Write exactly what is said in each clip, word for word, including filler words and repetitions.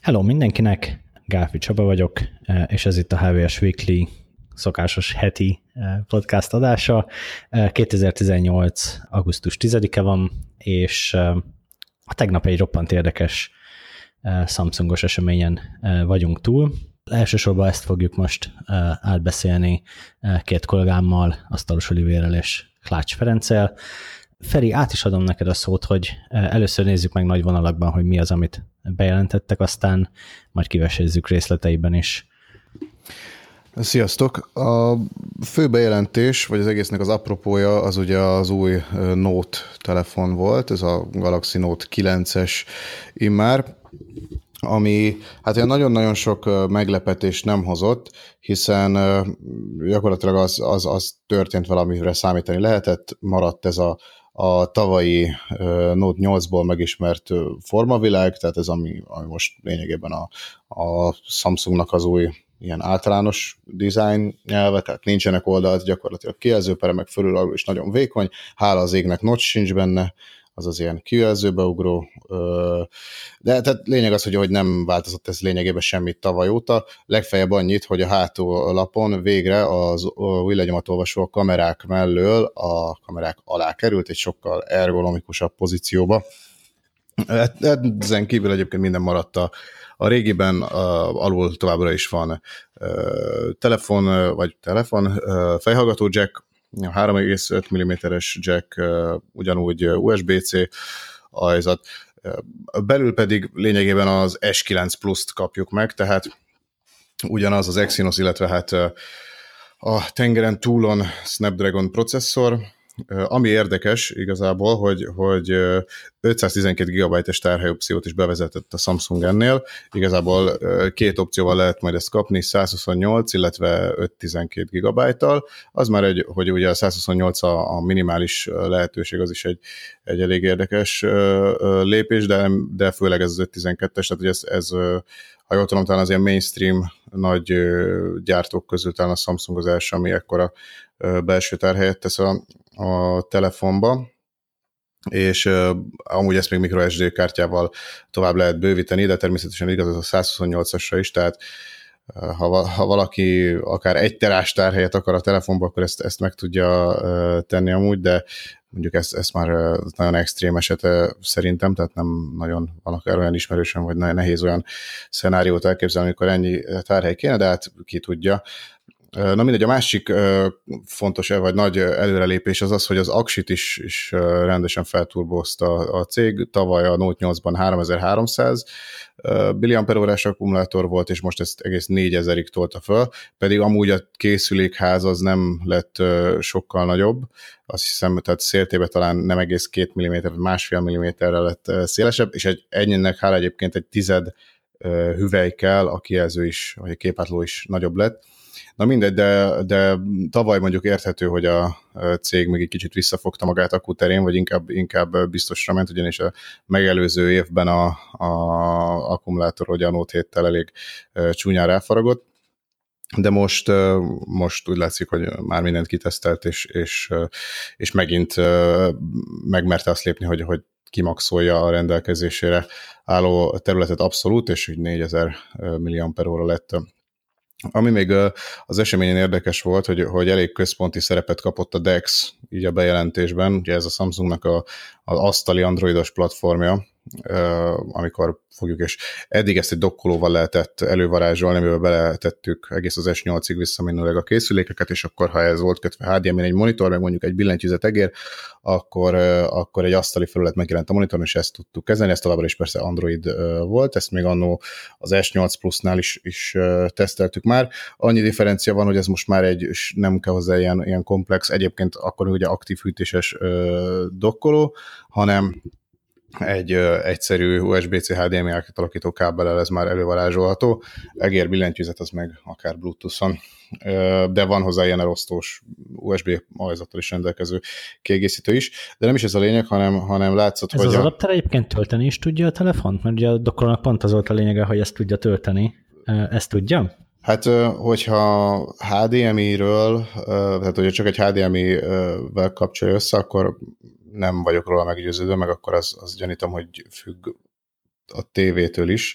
Hello mindenkinek, Gálfi Csaba vagyok, és ez itt a há vé es Weekly szokásos heti podcast adása. kétezer-tizennyolc. augusztus tizedike van, és a tegnap egy roppant érdekes Samsungos eseményen vagyunk túl. Elsősorban ezt fogjuk most átbeszélni két kollégámmal, Asztalos Olivérrel és Klács Ferenccel. Feri, át is adom neked a szót, hogy először nézzük meg nagy vonalakban, hogy mi az, amit bejelentettek, aztán majd kivesézzük részleteiben is. Sziasztok! A fő bejelentés, vagy az egésznek az apropója, az ugye az új Note telefon volt, ez a Galaxy Note kilences immár, ami hát olyan nagyon-nagyon sok meglepetést nem hozott, hiszen gyakorlatilag az, az, az történt valamire számítani lehetett, maradt ez a a tavalyi Note nyolcból megismert formavilág, tehát ez ami, ami most lényegében a, a Samsungnak az új ilyen általános design nyelve, tehát nincsenek oldalt, gyakorlatilag kijelzőperemek fölül alul is nagyon vékony, hála az égnek notch sincs benne, az az ilyen kijelzőbeugró, de tehát lényeg az, hogy, hogy nem változott ez lényegében semmit tavaly óta, legfeljebb annyit, hogy a hátullapon végre az villanyomatolvasó a kamerák mellől a kamerák alá került, egy sokkal ergonomikusabb pozícióba. Ezen kívül egyébként minden maradt a, a régiben, a, alul továbbra is van telefon, vagy telefon, fejhallgató jack, három egész öt milliméteres jack, ugyanúgy u es bé cé ajzat, belül pedig lényegében az es kilenc Plus-t kapjuk meg, tehát ugyanaz az Exynos, illetve hát a tengeren túlon Snapdragon processzor, ami érdekes igazából, hogy, hogy ötszáztizenkét gigabájtos tárhely opciót is bevezetett a Samsung ennél, igazából két opcióval lehet majd ezt kapni, százhuszonnyolc, illetve ötszáztizenkét gigabájttal, az már egy, hogy ugye a százhuszonnyolc a, a minimális lehetőség, az is egy, egy elég érdekes lépés, de, de főleg ez az ötszáztizenkettes, tehát hogy ez, ez ha jól tudom, talán az ilyen mainstream nagy gyártók közül talán a Samsung az első, ami ekkora belső tárhelyet tesz a, a telefonba, és uh, amúgy ezt még microSD kártyával tovább lehet bővíteni, de természetesen igaz az a százhuszonnyolcasra is, tehát uh, ha, ha valaki akár egy terás tárhelyet akar a telefonba, akkor ezt, ezt meg tudja uh, tenni amúgy, de mondjuk ezt, ezt már uh, nagyon extrém esete szerintem, tehát nem nagyon van akár olyan ismerősen, vagy nehéz olyan szenáriót elképzelni, amikor ennyi tárhely kéne, de hát ki tudja. Na mindegy, a másik uh, fontos, vagy nagy előrelépés az az, hogy az aksit is, is uh, rendesen felturbozta a cég. Tavaly a Note nyolcban háromezer-háromszáz uh, milliampere-órás akkumulátor volt, és most ezt egész négyezerig tolta föl, pedig amúgy a készülékház az nem lett uh, sokkal nagyobb. Azt hiszem, tehát széltében talán nem egész két milliméter, vagy másfél milliméterre lett uh, szélesebb, és egy ennyinek hála egyébként egy tized uh, hüvely kell, a kijelző is, vagy a képátló is nagyobb lett. Na mindegy, de, de tavaly mondjuk érthető, hogy a cég még egy kicsit visszafogta magát akkuterén, vagy inkább, inkább biztosra ment, ugyanis a megelőző évben a, a akkumulátor, hogy a Note héttel elég csúnyán ráfaragott, de most, most úgy látszik, hogy már mindent kitesztelt, és, és, és megint megmerte azt lépni, hogy, hogy kimaxolja a rendelkezésére álló területet abszolút, és hogy négyezer milliampere-óra lett. Ami még az eseményen érdekes volt, hogy, hogy elég központi szerepet kapott a DeX így a bejelentésben, ugye ez a Samsungnak a, az asztali androidos platformja, amikor fogjuk, és eddig ezt egy dokkolóval lehetett elővarázsolni, amivel beletettük egész az es nyolcig visszamenőleg a készülékeket, és akkor, ha ez volt kötve há dé em-en egy monitor, meg mondjuk egy billentyűzet egér, akkor, akkor egy asztali felület megjelent a monitoron, és ezt tudtuk kezelni, ez továbbra is persze Android volt, ezt még annó az es nyolc Plus-nál is, is teszteltük már. Annyi differencia van, hogy ez most már egy, nem kell hozzá ilyen, ilyen komplex, egyébként akkor ugye aktív hűtéses dokkoló, hanem egy ö, egyszerű u es bé cé há dé em i átalakító kábellel ez már elővarázsolható, egér billentyűzet az meg akár Bluetooth-on, ö, de van hozzá ilyen elosztós u es bé ajzattal is rendelkező kiegészítő is, de nem is ez a lényeg, hanem, hanem látszott, ez hogy... Ez az a... adapter egyébként tölteni is tudja a telefont? Mert ugye a dokkolónak pont az volt a lényege, hogy ezt tudja tölteni. Ezt tudja? Hát, hogyha há dé em i-ről, tehát hogyha csak egy há dé em i-vel kapcsolja össze, akkor nem vagyok róla meggyőződve, meg akkor az, az gyanítom, hogy függ a tévétől is,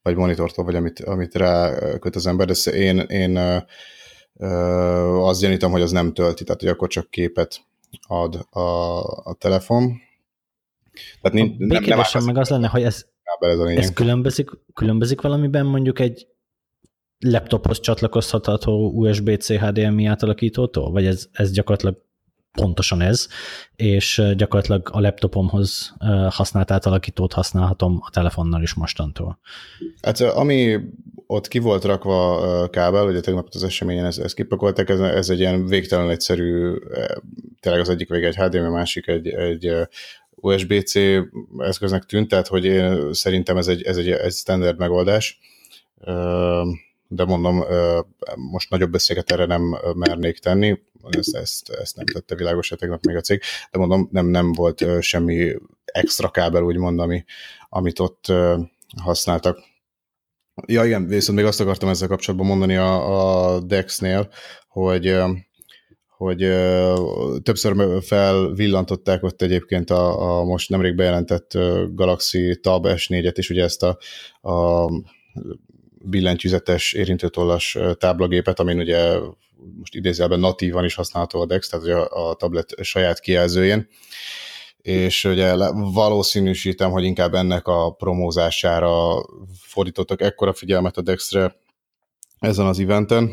vagy monitortól, vagy amit, amit rá köt az ember, de én, én azt gyanítom, hogy az nem tölti, tehát hogy akkor csak képet ad a, a telefon. Tehát nem, a békérdésem meg az lenne, hogy ez, ez, ez különbözik, különbözik valamiben mondjuk egy laptophoz csatlakozható u es bé cé há dé em i átalakítótól? Vagy ez, ez gyakorlatilag pontosan ez, és gyakorlatilag a laptopomhoz használt átalakítót használhatom a telefonnal is mostantól? Hát ami ott ki volt rakva kábel, ugye tegnap az eseményen ezt, ezt kipakolták, ez, ez egy ilyen végtelen egyszerű, tényleg az egyik vége egy há dé em i, a másik egy, egy u es bé cé eszköznek tűnt, tehát hogy én szerintem ez egy, ez egy, egy standard megoldás, de mondom, most nagyobb beszéget erre nem mernék tenni, ezt, ezt, ezt nem tette világosra tegnap még a cég, de mondom, nem, nem volt semmi extra kábel, úgymond, ami, amit ott használtak. Ja igen, viszont még azt akartam ezzel kapcsolatban mondani a, a dexnél, hogy hogy többször felvillantották ott egyébként a, a most nemrég bejelentett Galaxy Tab es négyet, és ugye ezt a, a billentyűzetes érintőtollas táblagépet, amin ugye most idézőjelben natívan is használható a dex, tehát ugye a, a tablet saját kijelzőjén, és ugye valószínűsítem, hogy inkább ennek a promózására fordítottak ekkora figyelmet a dexre ezen az eventen,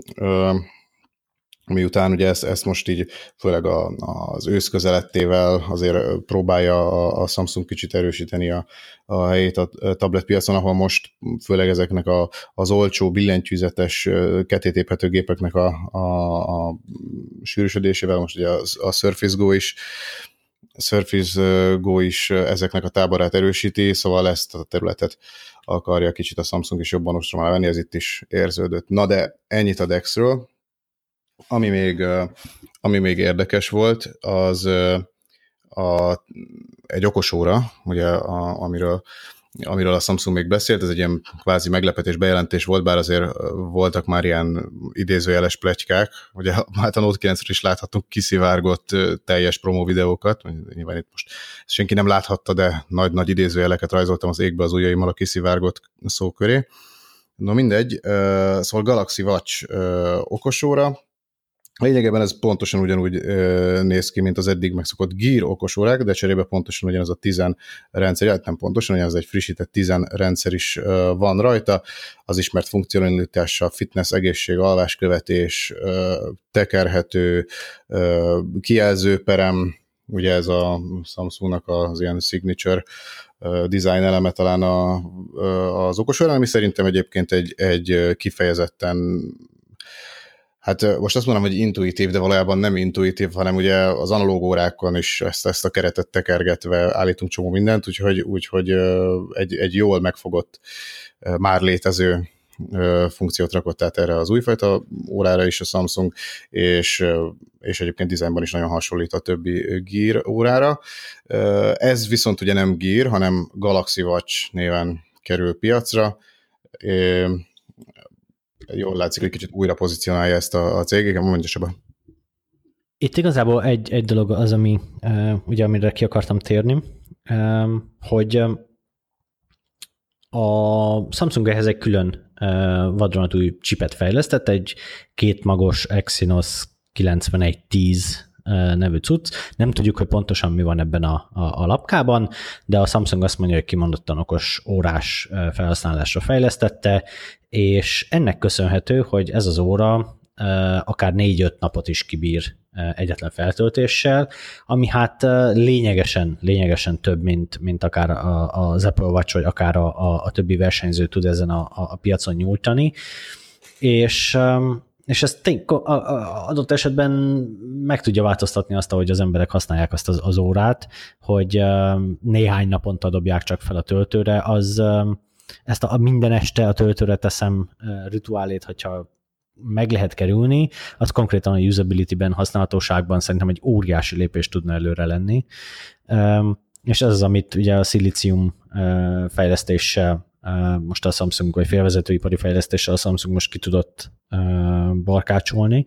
miután ugye ezt, ezt most így főleg a, az ősz közelettével azért próbálja a, a Samsung kicsit erősíteni a, a helyét a tabletpiacon, ahol most főleg ezeknek a, az olcsó billentyűzetes kettétéphető gépeknek a, a, a sűrűsödésével, most ugye a, a Surface Go is Surface Go is ezeknek a táborát erősíti, szóval ezt a területet akarja kicsit a Samsung is jobban ostromá venni, ez itt is érződött. Na de ennyit a dexről. Ami még, ami még érdekes volt, az a, egy okosóra, ugye, a, amiről, amiről a Samsung még beszélt, ez egy ilyen kvázi meglepetés bejelentés volt, bár azért voltak már ilyen idézőjeles pletykák, ugye hát a Note kilencről is láthatunk kiszivárgott teljes promó videókat, nyilván itt most senki nem láthatta, de nagy-nagy idézőjeleket rajzoltam az égbe az ujjaimmal a kiszivárgott szó köré. No mindegy, szóval Galaxy Watch okosóra. Lényegében ez pontosan ugyanúgy ö, néz ki, mint az eddig megszokott Gear okosórák, de cserébe pontosan ugyanaz a tíz rendszer, hát nem pontosan, ugyanaz egy frissített tíz rendszer is ö, van rajta, az ismert funkcionalitással, fitness, egészség, alváskövetés, ö, tekerhető, ö, kijelzőperem, ugye ez a Samsungnak az ilyen signature ö, design eleme talán a, ö, az okosórán, ami szerintem egyébként egy, egy kifejezetten, hát most azt mondom, hogy intuitív, de valójában nem intuitív, hanem ugye az analóg órákon is ezt, ezt a keretet tekergetve állítunk csomó mindent, úgyhogy, úgyhogy egy, egy jól megfogott, már létező funkciót rakott át erre az újfajta órára is a Samsung, és, és egyébként dizájnban is nagyon hasonlít a többi Gear órára. Ez viszont ugye nem Gear, hanem Galaxy Watch néven kerül piacra. Jól látszik, hogy kicsit újra pozícionálja ezt a, a cég, igen, mondja Saba. Itt igazából egy, egy dolog az, ami, uh, ugye, amire ki akartam térni, um, hogy um, a Samsung ehhez egy külön uh, vadonatúj chipet fejlesztett, egy kétmagos Exynos kilencvenegy tíz uh, nevű cucc. Nem tudjuk, hogy pontosan mi van ebben a, a, a lapkában, de a Samsung azt mondja, hogy kimondottan okos órás uh, felhasználásra fejlesztette, és ennek köszönhető, hogy ez az óra uh, akár négy-öt napot is kibír uh, egyetlen feltöltéssel, ami hát uh, lényegesen, lényegesen több, mint, mint akár a, az Apple Watch, vagy akár a, a, a többi versenyző tud ezen a, a piacon nyújtani, és, um, és ez tény, a, a, adott esetben meg tudja változtatni azt, ahogy az emberek használják azt az, az órát, hogy um, néhány naponta dobják csak fel a töltőre, az um, ezt a minden este a töltőre teszem rituálét, hogyha meg lehet kerülni, az konkrétan a usability-ben, használhatóságban szerintem egy óriási lépés tudna előre lenni. És ez az, amit ugye a szilícium fejlesztéssel, most a Samsung, vagy félvezetőipari fejlesztéssel a Samsung most ki tudott barkácsolni.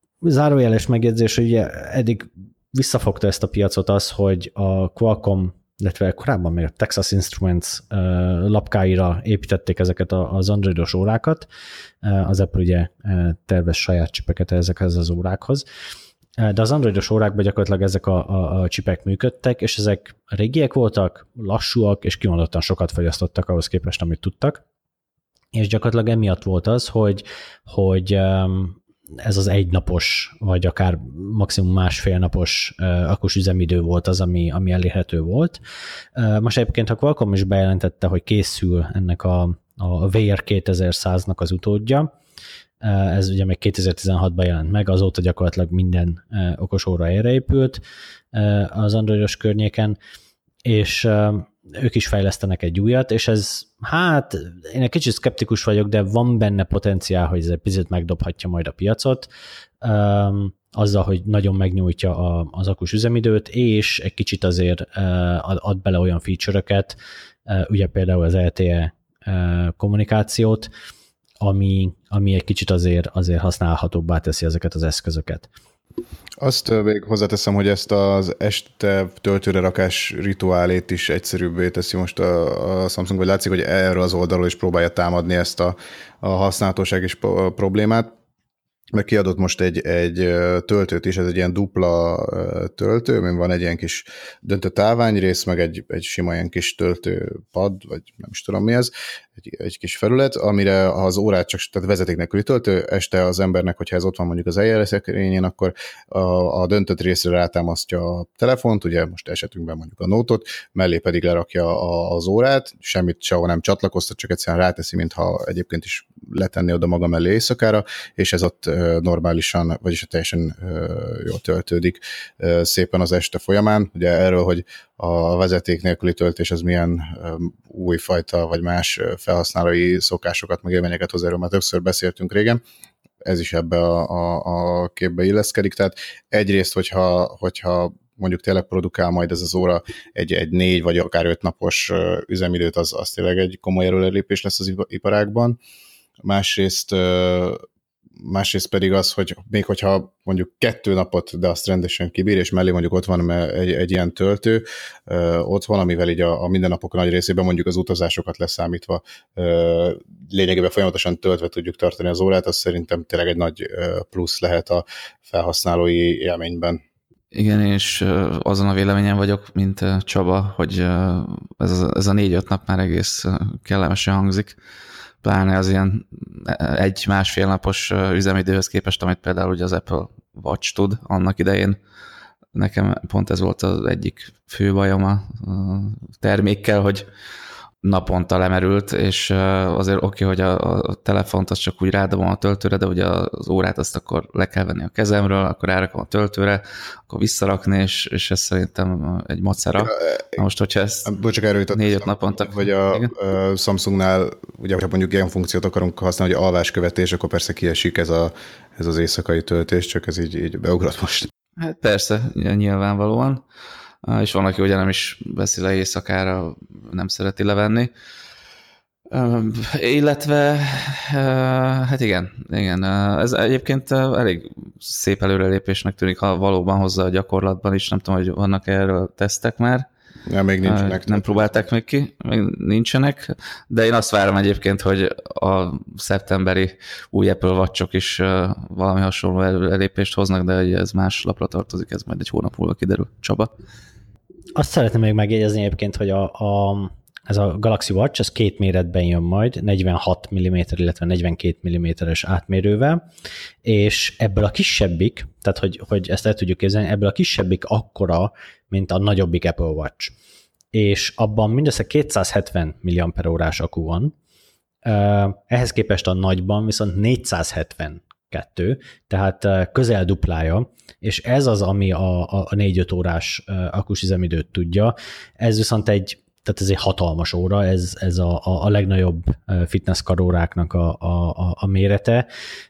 Zárójeles megjegyzés, hogy ugye eddig visszafogta ezt a piacot az, hogy a Qualcomm illetve korábban még a Texas Instruments lapkáira építették ezeket az androidos órákat. Az Apple ugye tervez saját csipeket ezekhez az órákhoz. De az androidos órákban gyakorlatilag ezek a, a, a csipek működtek, és ezek régiek voltak, lassúak, és kimondottan sokat fogyasztottak ahhoz képest, amit tudtak. És gyakorlatilag emiatt volt az, hogy, hogy ez az egynapos, vagy akár maximum másfél napos akkus üzemidő volt az, ami, ami elérhető volt. Most egyébként a Qualcomm is bejelentette, hogy készül ennek a, a Wear kétezer-száznak az utódja. Ez ugye még kétezer-tizenhatban jelent meg, azóta gyakorlatilag minden okos óra erre épült az androidos környéken, és ők is fejlesztenek egy újat, és ez, hát én egy kicsit szkeptikus vagyok, de van benne potenciál, hogy ez egy picit megdobhatja majd a piacot, azzal, hogy nagyon megnyújtja az akkus üzemidőt, és egy kicsit azért ad bele olyan feature-öket, ugye például az el té e kommunikációt, ami, ami egy kicsit azért, azért használhatóbbá teszi ezeket az eszközöket. Azt még hozzáteszem, hogy ezt az este töltőre rakás rituálét is egyszerűbbé teszi most a, a Samsung, vagy látszik, hogy erről az oldalról is próbálja támadni ezt a, a használhatóság és problémát. Meg kiadott most egy, egy töltőt is, ez egy ilyen dupla töltő, amin van egy ilyen kis döntő táványrész, meg egy, egy sima ilyen kis töltőpad, vagy nem is tudom mi ez, egy, egy kis felület, amire az órát csak, tehát vezeték nélküli töltő, este az embernek, hogyha ez ott van mondjuk az eljárásszerényén, akkor a, a döntött részre rátámasztja a telefont, ugye most esetünkben mondjuk a Note-ot, mellé pedig lerakja a, az órát, semmit sehol nem csatlakoztat, csak egyszerűen ráteszi, mintha egyébként is letenni oda maga mellé éjszakára, és ez ott normálisan, vagyis teljesen jól töltődik szépen az este folyamán. Ugye erről, hogy a vezeték nélküli töltés az milyen újfajta, vagy más felhasználói szokásokat, meg élményeket hoz, erről már többször beszéltünk régen. Ez is ebbe a, a, a képbe illeszkedik. Tehát egyrészt, hogyha, hogyha mondjuk tényleg produkál majd ez az óra egy, egy négy vagy akár öt napos üzemidőt, az, az tényleg egy komoly előrelépés lesz az iparágban. Másrészt Másrészt pedig az, hogy még hogyha mondjuk kettő napot, de azt rendesen kibír, és mellé mondjuk ott van egy, egy ilyen töltő, ott van, amivel így a, a mindennapok nagy részében mondjuk az utazásokat leszámítva lényegében folyamatosan töltve tudjuk tartani az órát, az szerintem tényleg egy nagy plusz lehet a felhasználói élményben. Igen, és azon a véleményen vagyok, mint Csaba, hogy ez a, ez a négy-öt nap már egész kellemesen hangzik, pláne az ilyen egy-másfél napos üzemidőhöz képest, amit például ugye az Apple Watch tud annak idején. Nekem pont ez volt az egyik fő bajom a termékkel, hogy naponta lemerült, és azért oké, hogy a, a telefont azt csak úgy rádobom a töltőre, de ugye az órát azt akkor le kell venni a kezemről, akkor rárakom a töltőre, akkor visszarakni, és, és ez szerintem egy macera. Na most, hogyha ezt négy-öt naponta... Vagy a, a Samsungnál, ugye, hogyha mondjuk ilyen funkciót akarunk használni, hogy alváskövetés, akkor persze kiesik ez, a, ez az éjszakai töltés, csak ez így, így beugrott most. Hát persze, nyilvánvalóan. És van, aki ugye nem is veszi le éjszakára, nem szereti levenni. Illetve, hát igen, igen, ez egyébként elég szép előrelépésnek tűnik, ha valóban hozza a gyakorlatban is, nem tudom, hogy vannak erről tesztek már. Ja, még nincsenek. Nem próbálták még ki, még nincsenek, de én azt várom egyébként, hogy a szeptemberi új Apple Watch-ok is valami hasonló előrelépést hoznak, de ez más lapra tartozik, ez majd egy hónap múlva kiderül. Csaba? Azt szeretném még megjegyezni egyébként, hogy a, a, ez a Galaxy Watch, ez két méretben jön majd, negyvenhat milliméter, illetve negyvenkét milliméteres átmérővel, és ebből a kisebbik, tehát hogy, hogy ezt el tudjuk képzelni, ebből a kisebbik akkora, mint a nagyobbik Apple Watch. És abban mindössze kétszázhetven milliampere órás akku van, ehhez képest a nagyban viszont négyszázhetvenkettő, tehát közel duplája, és ez az, ami a, a, a négy-öt órás akkus üzemidőt tudja. Ez viszont egy, tehát ez egy hatalmas óra, ez, ez a, a, a legnagyobb fitness karóráknak a, a, a mérete.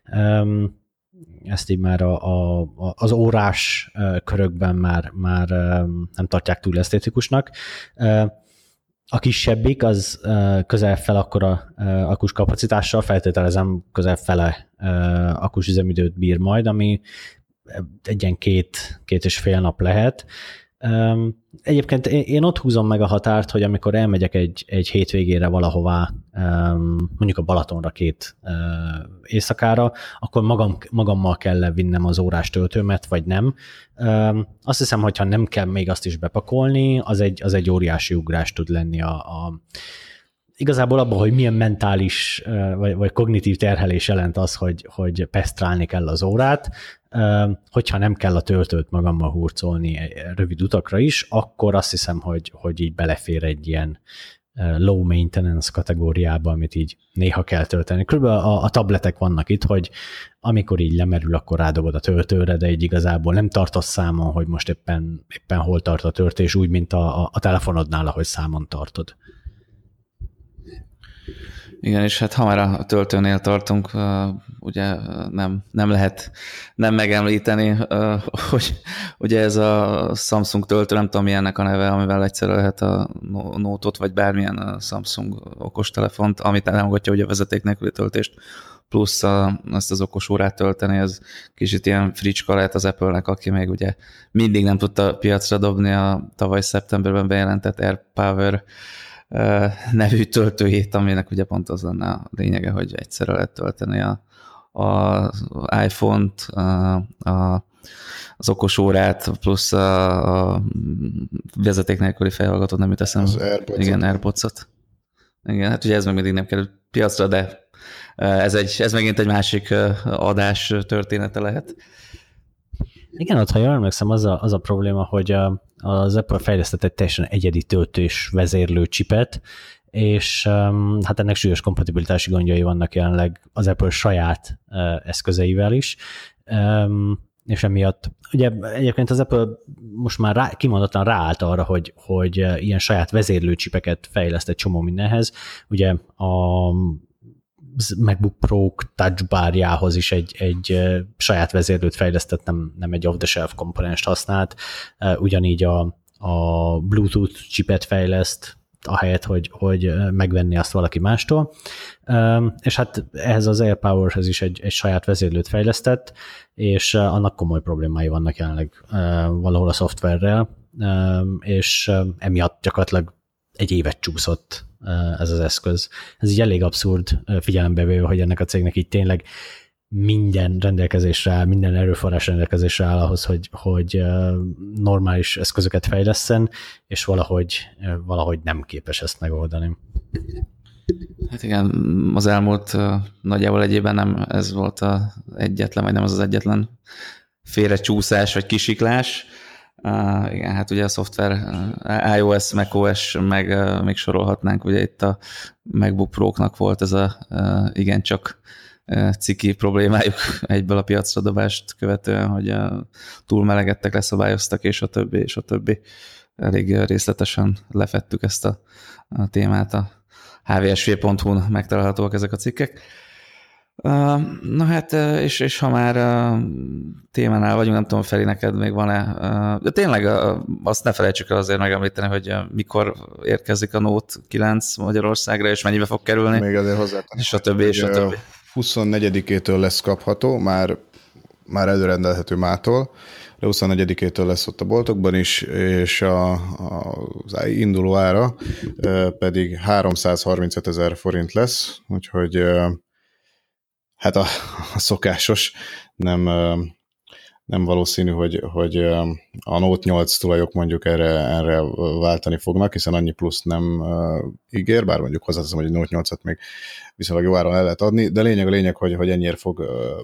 Ezt így már a, a, az órás körökben már, már nem tartják túl esztétikusnak. A kisebbik az közel fel akkora akkus kapacitással, feltételezem közel fele akkus üzemidőt bír majd, ami egy ilyen két, két és fél nap lehet. Egyébként én ott húzom meg a határt, hogy amikor elmegyek egy, egy hétvégére valahová, mondjuk a Balatonra két éjszakára, akkor magam, magammal kell vinnem az órás töltőmet, vagy nem. Azt hiszem, hogyha nem kell még azt is bepakolni, az egy, az egy óriási ugrás tud lenni a, a igazából abban, hogy milyen mentális vagy, vagy kognitív terhelés jelent az, hogy, hogy pesztrálni kell az órát, hogyha nem kell a töltőt magammal hurcolni rövid utakra is, akkor azt hiszem, hogy, hogy így belefér egy ilyen low maintenance kategóriába, amit így néha kell tölteni. Körülbelül a, a tabletek vannak itt, hogy amikor így lemerül, akkor rádobod a töltőre, de így igazából nem tartasz számon, hogy most éppen, éppen hol tart a töltés, úgy, mint a, a, a telefonodnál, ahogy számon tartod. Igen, és hát ha már a töltőnél tartunk, ugye nem, nem lehet nem megemlíteni, hogy ugye ez a Samsung töltő, nem tudom milyennek a neve, amivel egyszerre lehet a Note-ot, vagy bármilyen Samsung okostelefont, amit támogatja ugye a vezeték nélküli töltést, plusz a, azt az okos órát tölteni, ez kicsit ilyen fricska lehet az Apple-nek, aki még ugye mindig nem tudta piacra dobni a tavaly szeptemberben bejelentett AirPower nevű töltőjét, aminek ugye pont az lenne a lényege, hogy egyszerre lehet tölteni a, a iPhone-t, a, a, az okos órát, plusz a, a vezeték nélküli fejhallgatót, nem jut eszembe. Az AirPods-ot. Igen, AirPods-ot. Igen, hát ugye ez meg mindig nem kerül piacra, de ez, egy, ez megint egy másik adás története lehet. Igen, ott, ha jól emlékszem, az a, az a probléma, hogy a, az Apple fejlesztett egy teljesen egyedi töltős vezérlő csipet, és um, hát ennek súlyos kompatibilitási gondjai vannak jelenleg az Apple saját uh, eszközeivel is, um, és emiatt, ugye egyébként az Apple most már rá, kimondottan ráállt arra, hogy, hogy ilyen saját vezérlőcsipeket fejleszt egy csomó mindenhez, ugye a MacBook Pro Touch Barjához is egy, egy saját vezérlőt fejlesztett, nem, nem egy off-the-shelf komponenst használt, ugyanígy a, a Bluetooth chipet fejleszt, ahelyett, hogy, hogy megvenni azt valaki mástól, és hát ehhez az AirPowerhez is egy, egy saját vezérlőt fejlesztett, és annak komoly problémái vannak jelenleg valahol a szoftverrel, és emiatt gyakorlatilag egy évet csúszott ez az eszköz. Ez így elég abszurd figyelembe véve, hogy ennek a cégnek így tényleg minden rendelkezésre áll, minden erőforrás rendelkezésre áll ahhoz, hogy, hogy normális eszközöket fejlesszen, és valahogy, valahogy nem képes ezt megoldani. Hát igen, az elmúlt nagyjából egy évben nem ez volt az egyetlen, vagy nem az az egyetlen félrecsúszás, vagy kisiklás. Uh, igen, hát ugye a szoftver uh, iOS, macOS, meg uh, még sorolhatnánk, ugye itt a MacBook Pro-knak volt ez a uh, igencsak uh, ciki problémájuk egyből a piacra dobást követően, hogy uh, túlmelegedtek, leszabályoztak, és a többi, és a többi. Elég uh, részletesen lefettük ezt a, a témát, a h v s v pont hu-n megtalálhatóak ezek a cikkek. Uh, na hát, és, és ha már uh, témánál vagyunk, nem tudom, Feri, neked még van-e, uh, de tényleg uh, azt ne felejtsük el azért megemlíteni, hogy uh, mikor érkezik a Note kilenc Magyarországra, és mennyibe fog kerülni, még azért hozzátenni, és a többi, és a többi. huszonnegyedikétől lesz kapható, már, már előrendelhető mától, de huszonnegyedikétől lesz ott a boltokban is, és a, a, az induló ára uh, pedig háromszázharmincötezer forint lesz, úgyhogy uh, hát a, a szokásos, nem, nem valószínű, hogy, hogy a Note nyolc tulajok mondjuk erre, erre váltani fognak, hiszen annyi plusz nem ígér, bár mondjuk hozzáteszem, hogy a Note nyolcat még viszonylag jó áron el lehet adni, de lényeg a lényeg, hogy, hogy ennyire fog,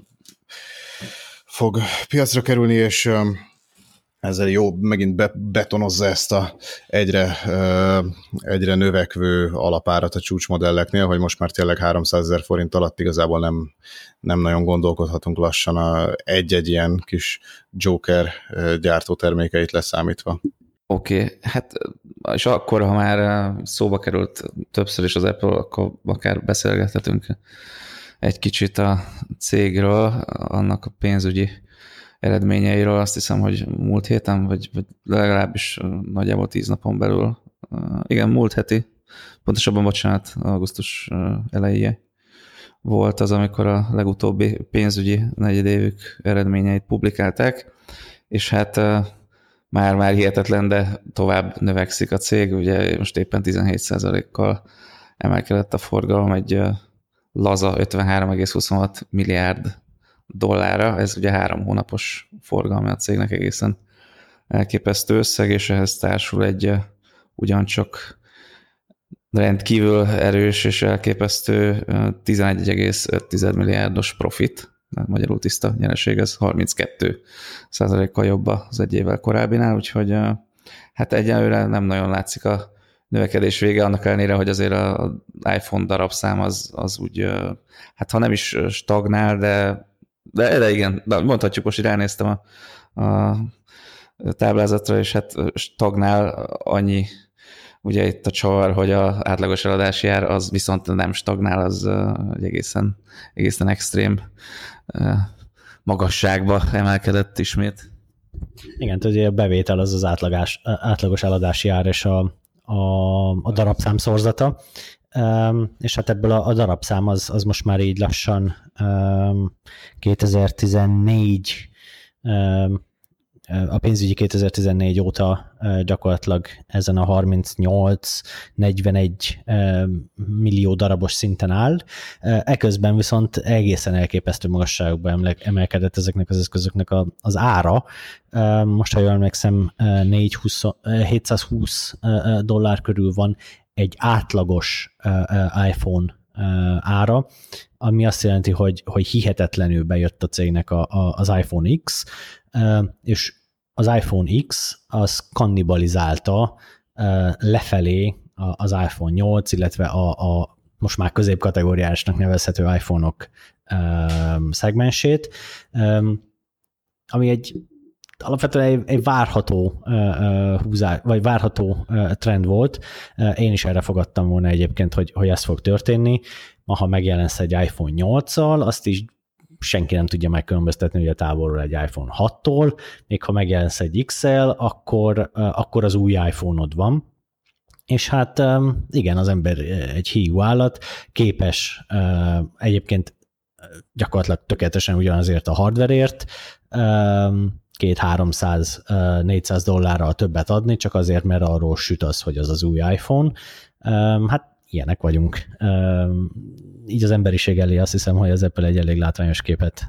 fog piacra kerülni, és ezzel jó, megint be, betonozza ezt a egyre, egyre növekvő alapárat a csúcsmodelleknél, hogy most már tényleg háromszázezer forint alatt igazából nem, nem nagyon gondolkodhatunk lassan a egy-egy ilyen kis Joker gyártótermékeit leszámítva. Oké, okay. Hát és akkor, ha már szóba került többször is az Apple, akkor akár beszélgethetünk egy kicsit a cégről, annak a pénzügyi eredményeiről. Azt hiszem, hogy múlt héten, vagy, vagy legalábbis nagyjából tíz napon belül, igen, múlt heti, pontosabban, bocsánat, augusztus elejéje volt az, amikor a legutóbbi pénzügyi negyedévük eredményeit publikálták, és hát már-már hihetetlen, de tovább növekszik a cég. Ugye most éppen tizenhét százalékkal emelkedett a forgalom egy laza ötvenhárom egész huszonhat milliárd dollárra. Ez ugye három hónapos forgalma a cégnek, egészen elképesztő összeg, és ehhez társul egy ugyancsak rendkívül erős és elképesztő tizenegy egész öt milliárdos profit, magyarul tiszta nyereség, ez harminckettő százalékkal jobb az egy évvel korábbinál, úgyhogy hát egyelőre nem nagyon látszik a növekedés vége, annak ellenére, hogy azért az iPhone darabszám az, az úgy, hát ha nem is stagnál, de, de, de igen, de mondhatjuk, most, hogy ránéztem a, a táblázatra, és hát stagnál annyi, ugye itt a csavar, hogy az átlagos eladási ár az viszont nem stagnál, az egy egészen, egészen extrém magasságba emelkedett ismét. Igen, tehát a bevétel az az átlagás, átlagos eladási ár és a, a, a darabszám szorzata, um, és hát ebből a, a darabszám az, az most már így lassan um, kétezer-tizennégy um, a pénzügyi kétezer-tizennégy óta gyakorlatilag ezen a harmincnyolc negyvenegy millió darabos szinten áll. Eközben viszont egészen elképesztő magasságokba emelkedett ezeknek az eszközöknek az ára. Most, ha jól emlékszem, hétszázhúsz dollár körül van egy átlagos iPhone ára, ami azt jelenti, hogy, hogy hihetetlenül bejött a cégnek a, a, az iPhone X, és az iPhone X az kannibalizálta lefelé az iPhone nyolc, illetve a, a most már középkategóriásnak nevezhető iPhone-ok szegmensét, ami egy alapvetően egy, egy várható uh, húzás, vagy várható uh, trend volt. Uh, én is erre fogadtam volna egyébként, hogy, hogy ez fog történni. Ma, ha megjelensz egy iPhone nyolccal, azt is senki nem tudja megkülönböztetni ugye távolról egy iPhone hattól, még ha megjelensz egy X-el, akkor, uh, akkor az új iPhone-od van. És hát um, igen, az ember egy hígú állat, képes uh, egyébként gyakorlatilag tökéletesen ugyanazért a hardwareért, um, két-háromszáz, négyszáz dollárral többet adni, csak azért, mert arról süt az, hogy az az új iPhone. Hát ilyenek vagyunk. Így az emberiség elé azt hiszem, hogy az Apple egy elég látványos képet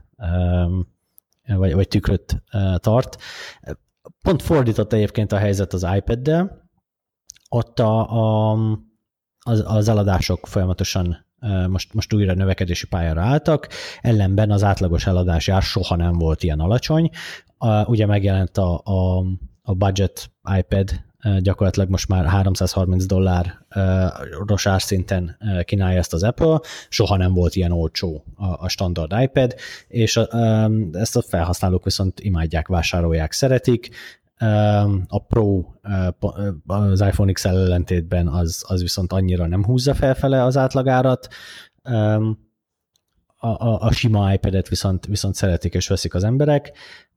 vagy, vagy tükröt tart. Pont fordított egyébként a helyzet az iPad-del. Ott a, a, az, az eladások folyamatosan Most, most újra növekedési pályára álltak, ellenben az átlagos eladási ár soha nem volt ilyen alacsony. Ugye megjelent a, a, a budget iPad, gyakorlatilag most már háromszázharminc dolláros árszinten kínálja ezt az Apple, soha nem volt ilyen olcsó a, a standard iPad, és a, ezt a felhasználók viszont imádják, vásárolják, szeretik. A Pro az iPhone X ellentétben az, az viszont annyira nem húzza felfele az átlagárat. A, a, a sima iPad-et viszont, viszont szeretik és veszik az emberek,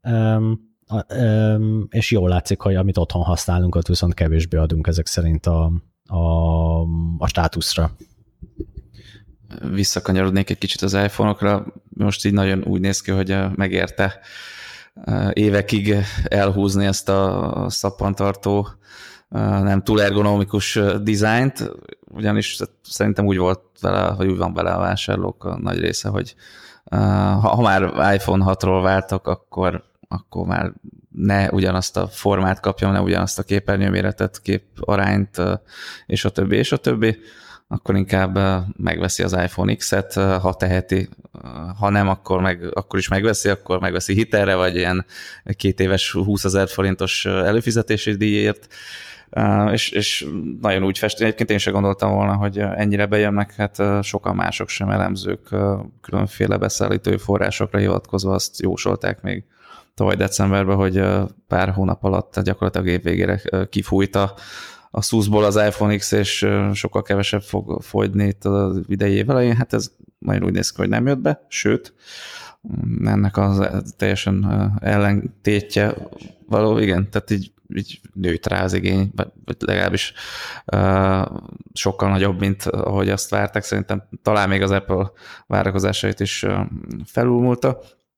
és jól látszik, hogy amit otthon használunk, ott viszont kevésbé adunk ezek szerint a, a, a státuszra. Visszakanyarodnék egy kicsit az iPhone-okra. Most így nagyon úgy néz ki, hogy megérte évekig elhúzni ezt a szappantartó, nem túl ergonomikus dizájnt, ugyanis szerintem úgy volt vele, vagy úgy van vele a vásárlók a nagy része, hogy ha, ha már iPhone hatról váltak, akkor, akkor már ne ugyanazt a formát kapjam, ne ugyanazt a képernyőméretet, képarányt, és a többi, és a többi, akkor inkább megveszi az iPhone X-et, ha teheti, ha nem, akkor, meg, akkor is megveszi, akkor megveszi hitelre, vagy ilyen két éves húszezer forintos előfizetési díjért, és, és nagyon úgy fest. Egyébként én sem gondoltam volna, hogy ennyire bejönnek, hát sokan mások sem, elemzők, különféle beszállítói forrásokra hivatkozva azt jósolták még tavaly decemberben, hogy pár hónap alatt gyakorlatilag év végére kifújta a szuszból az iPhone X, és sokkal kevesebb fog fogyni itt az idei év elején. Hát ez nagyon úgy néz ki, hogy nem jött be, sőt, ennek az teljesen ellentétje való, igen, tehát így, így nőtt rá az igény, vagy legalábbis uh, sokkal nagyobb, mint ahogy azt várták. Szerintem talán még az Apple várakozásait is uh, felülmúlta.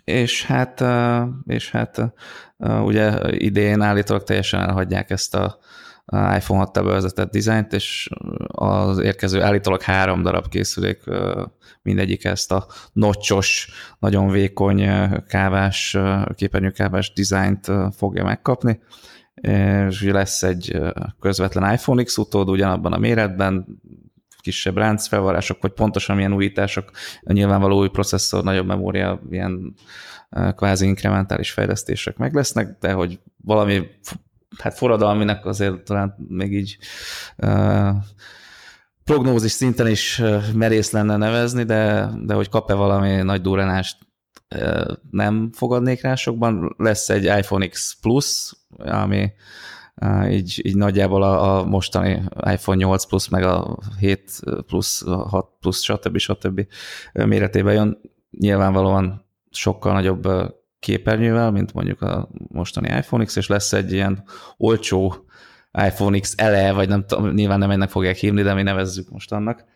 És hát, és hát ugye idén állítólag teljesen elhagyják ezt a iPhone hattal bevezetett dizájnt, és az érkező állítólag három darab készülék mindegyik ezt a notchos, nagyon vékony kávás, képernyőkávás dizájnt fogja megkapni. És ugye lesz egy közvetlen iPhone X utód ugyanabban a méretben, kisebb ráncfelvarrások, vagy pontosan milyen újítások, nyilvánvaló új processzor, nagyobb memória, ilyen kvázi inkrementális fejlesztések meg lesznek, de hogy valami hát forradalminak azért talán még így uh, prognózis szinten is merész lenne nevezni, de, de hogy kap-e valami nagy durranást, uh, nem fogadnék rá sokban. Lesz egy iPhone X Plus, ami uh, így, így nagyjából a, a mostani iPhone nyolc Plus, meg a hét Plus, hat Plus, stb. stb. Méretében jön. Nyilvánvalóan sokkal nagyobb képernyővel, mint mondjuk a mostani iPhone X, és lesz egy ilyen olcsó iPhone X ele, vagy nem, nyilván nem ennek fogják hívni, de mi nevezzük most annak,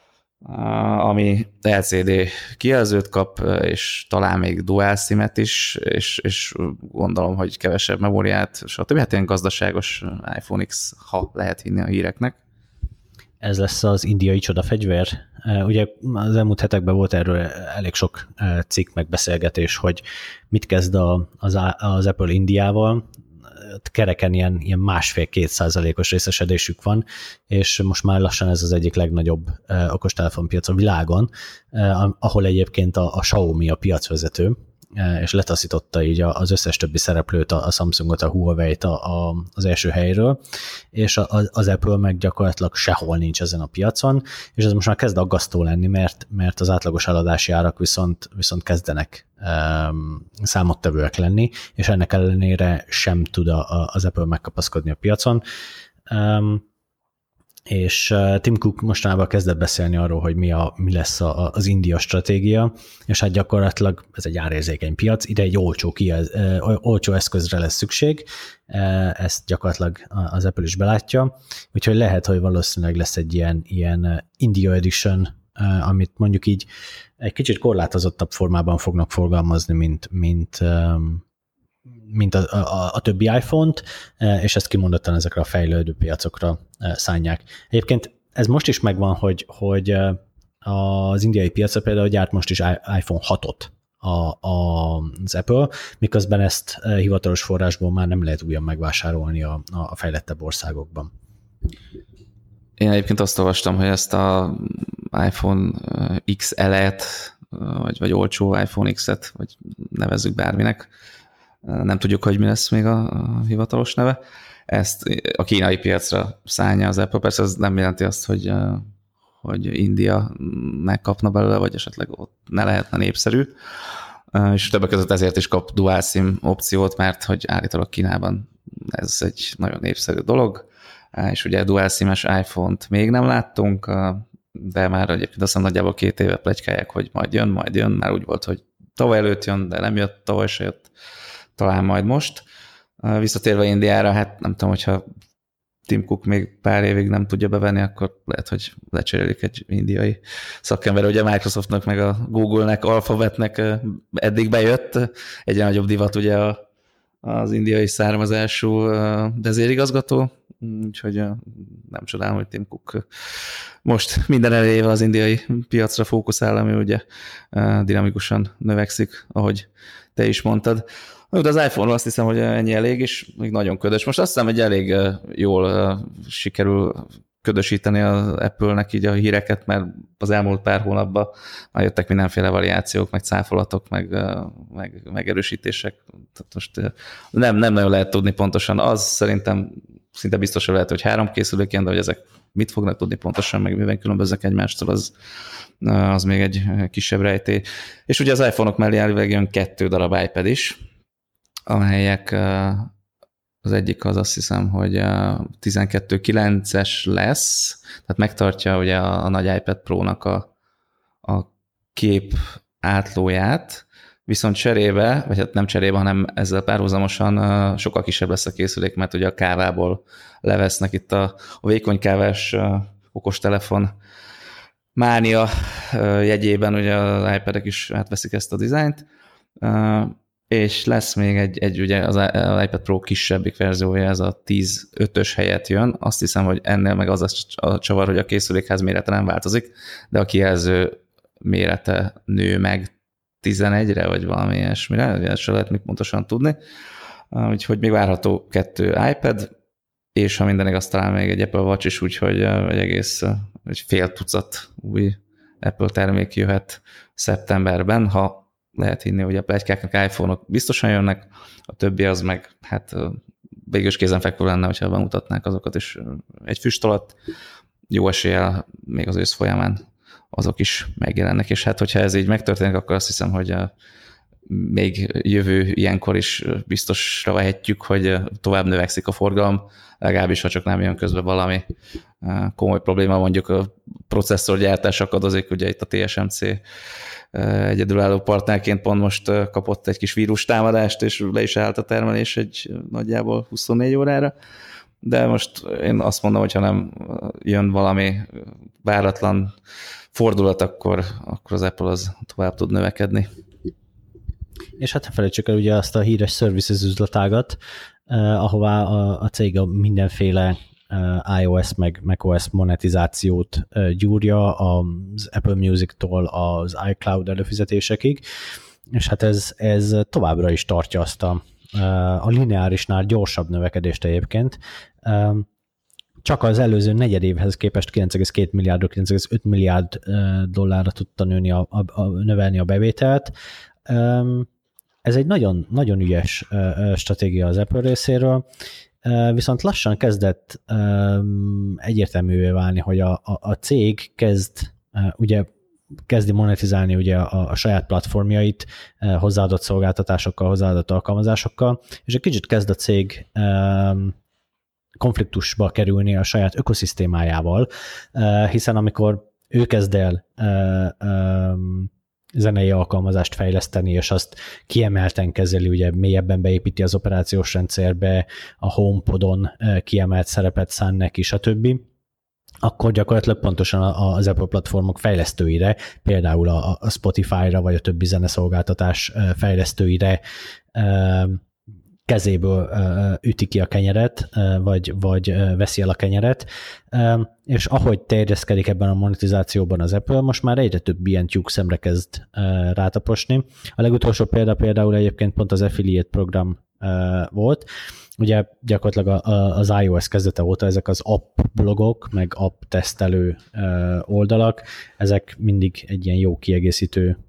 ami el cé dé kijelzőt kap, és talán még dual SIM-et is, és, és gondolom, hogy kevesebb memóriát, stb. Hát ilyen gazdaságos iPhone X, ha lehet hinni a híreknek. Ez lesz az indiai csodafegyver. Ugye az elmúlt hetekben volt erről elég sok cikk megbeszélgetés, hogy mit kezd a, az, az Apple Indiával. Kereken ilyen, ilyen másfél-két százalékos részesedésük van, és most már lassan ez az egyik legnagyobb okostelefonpiac a világon, ahol egyébként a, a Xiaomi a piacvezető, és letaszította így az összes többi szereplőt, a Samsungot, a Huawei-t a, a, az első helyről, és a, az Apple meg gyakorlatilag sehol nincs ezen a piacon, és ez most már kezd aggasztó lenni, mert, mert az átlagos eladási árak viszont, viszont kezdenek um, számottevőek lenni, és ennek ellenére sem tud a, a, az Apple megkapaszkodni a piacon. Um, és Tim Cook mostanában kezdett beszélni arról, hogy mi, a, mi lesz a, az India stratégia, és hát gyakorlatilag ez egy árérzékeny piac, ide egy olcsó, kijelz, olcsó eszközre lesz szükség, ezt gyakorlatilag az Apple is belátja, úgyhogy lehet, hogy valószínűleg lesz egy ilyen, ilyen India Edition, amit mondjuk így egy kicsit korlátozottabb formában fognak forgalmazni, mint, mint mint a, a, a többi iPhone-t, és ezt kimondottan ezekre a fejlődő piacokra szánják. Egyébként ez most is megvan, hogy, hogy az indiai piacra például gyárt most is iPhone hatot a, a, az Apple, miközben ezt hivatalos forrásból már nem lehet újan megvásárolni a, a fejlettebb országokban. Én egyébként azt olvastam, hogy ezt a iPhone X ele-t, vagy, vagy olcsó iPhone X-et, vagy nevezzük bárminek, nem tudjuk, hogy mi lesz még a, a hivatalos neve, ezt a kínai piacra szánja az Apple. Persze ez nem jelenti azt, hogy, hogy India megkapna belőle, vagy esetleg ott ne lehetne népszerű, és többek között ezért is kap dual SIM opciót, mert hogy állítólag Kínában ez egy nagyon népszerű dolog, és ugye dual SIM-es iPhone-t még nem láttunk, de már egyébként azt hiszem nagyjából két éve pletykálják, hogy majd jön, majd jön, már úgy volt, hogy tavaly előtt jön, de nem jött, tavaly se jött, talán majd most. Visszatérve Indiára, hát nem tudom, hogyha Tim Cook még pár évig nem tudja bevenni, akkor lehet, hogy lecserélik egy indiai szakember. Ugye Microsoftnak meg a Google-nek, Alphabetnek eddig bejött. Egyre nagyobb divat ugye az indiai származású vezérigazgató, úgyhogy nem csodálom, hogy Tim Cook most minden eléve az indiai piacra fókuszál, ami ugye dinamikusan növekszik, ahogy te is mondtad. De az iPhone-ról azt hiszem, hogy ennyi elég, és még nagyon ködös. Most azt hiszem, hogy elég jól sikerül ködösíteni az Apple-nek így a híreket, mert az elmúlt pár hónapban már jöttek mindenféle variációk, meg cáfolatok, meg, meg megerősítések. Tehát most nem, nem nagyon lehet tudni pontosan. Az szerintem szinte biztosan lehet, hogy három készülék jön, de hogy ezek mit fognak tudni pontosan, meg miben különböznek egymástól, az, az még egy kisebb rejtély. És ugye az iPhone-ok mellé elvileg jön kettő darab iPad is, amelyek az egyik az azt hiszem, hogy tizenkettő kilences lesz, tehát megtartja ugye a, a nagy iPad Pro-nak a, a kép átlóját, viszont cserébe, vagy hát nem cserébe, hanem ezzel párhuzamosan sokkal kisebb lesz a készülék, mert ugye a kávából levesznek itt a, a vékony kávás okostelefon mánia jegyében, ugye az iPad-ek is átveszik ezt a dizájnt, és lesz még egy, egy ugye az iPad Pro kisebbik verziója, ez a tíz ötös helyett jön. Azt hiszem, hogy ennél meg az a csavar, hogy a készülékház mérete nem változik, de a kijelző mérete nő meg tizenegyre, vagy valami ilyesmire, ezt se lehet mit pontosan tudni. Úgyhogy még várható kettő iPad, és ha minden igaz, talán még egy Apple Watch is, úgyhogy egy egész egy fél tucat új Apple termék jöhet szeptemberben, ha lehet hinni, hogy a pletykáknak iPhone-ok biztosan jönnek, a többi az meg hát végül is kézenfekvő lenne, hogyha bemutatnák azokat is egy füst alatt. Jó eséllyel még az ősz folyamán azok is megjelennek, és hát hogyha ez így megtörténik, akkor azt hiszem, hogy a még jövő ilyenkor is biztosra vehetjük, hogy tovább növekszik a forgalom, legalábbis ha csak nem jön közben valami komoly probléma, mondjuk a processzorgyártás akadozik, ugye itt a té es em cé egyedülálló partnerként pont most kapott egy kis vírustámadást, és le is állt a termelés egy nagyjából huszonnégy órára, de most én azt mondom, hogy ha nem jön valami váratlan fordulat, akkor, akkor az Apple az tovább tud növekedni. És hát ne felejtsük el ugye azt a híres services üzletágat, eh, ahová a, a cég a mindenféle eh, iOS meg macOS monetizációt eh, gyúrja, az Apple Music-tól az iCloud előfizetésekig, és hát ez, ez továbbra is tartja azt a, eh, a lineárisnál gyorsabb növekedést egyébként. Eh, csak az előző negyed évhez képest kilenc egész két milliárdról kilenc egész öt milliárd eh, dollárra tudta nőni a, a, a, növelni a bevételt. Eh, Ez egy nagyon, nagyon ügyes stratégia az Apple részéről, viszont lassan kezdett egyértelművé válni, hogy a, a, a cég kezd, ugye kezdi monetizálni ugye a, a saját platformjait hozzáadott szolgáltatásokkal, hozzáadott alkalmazásokkal, és egy kicsit kezd a cég konfliktusba kerülni a saját ökoszisztémájával, hiszen amikor ő kezd el zenei alkalmazást fejleszteni, és azt kiemelten kezeli, ugye mélyebben beépíti az operációs rendszerbe, a HomePodon kiemelt szerepet szán neki, stb., akkor gyakorlatilag pontosan az Apple platformok fejlesztőire, például a Spotify-ra, vagy a többi zeneszolgáltatás fejlesztőire kezéből üti ki a kenyeret, vagy, vagy veszi el a kenyeret, és ahogy terjeszkedik ebben a monetizációban az Apple, most már egyre több ilyen tyúk szemre kezd rátaposni. A legutolsó példa például egyébként pont az affiliate program volt. Ugye gyakorlatilag az iOS kezdete óta ezek az app blogok, meg app tesztelő oldalak, ezek mindig egy ilyen jó kiegészítő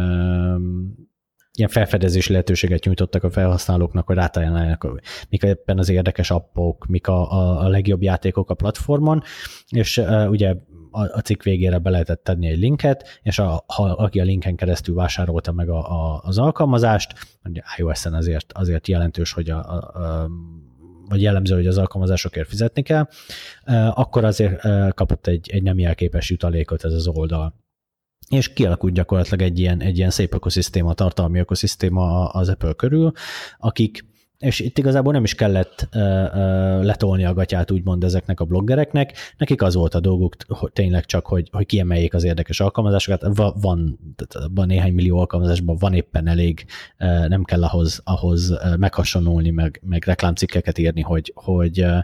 ilyen felfedezési lehetőséget nyújtottak a felhasználóknak, hogy rátaláljanak, mik ebben az érdekes appok, mik a, a, a legjobb játékok a platformon, és uh, ugye a, a cikk végére be lehetett tenni egy linket, és a, ha, aki a linken keresztül vásárolta meg a, a, az alkalmazást, ugye iOS-en azért, azért jelentős, hogy a, a, a vagy jellemző, hogy az alkalmazásokért fizetni kell, uh, akkor azért uh, kapott egy, egy nem jelképes jutalékot ez az oldal. És kialakult gyakorlatilag egy ilyen, egy ilyen szép ökoszisztéma, tartalmi ökoszisztéma az Apple körül, akik, és itt igazából nem is kellett uh, uh, letolni a gatyát úgymond ezeknek a bloggereknek, nekik az volt a dolguk hogy tényleg csak, hogy, hogy kiemeljék az érdekes alkalmazásokat, van, van néhány millió alkalmazásban van éppen elég, uh, nem kell ahhoz, ahhoz uh, meghasonulni, meg, meg reklámcikkeket írni, hogy, hogy uh,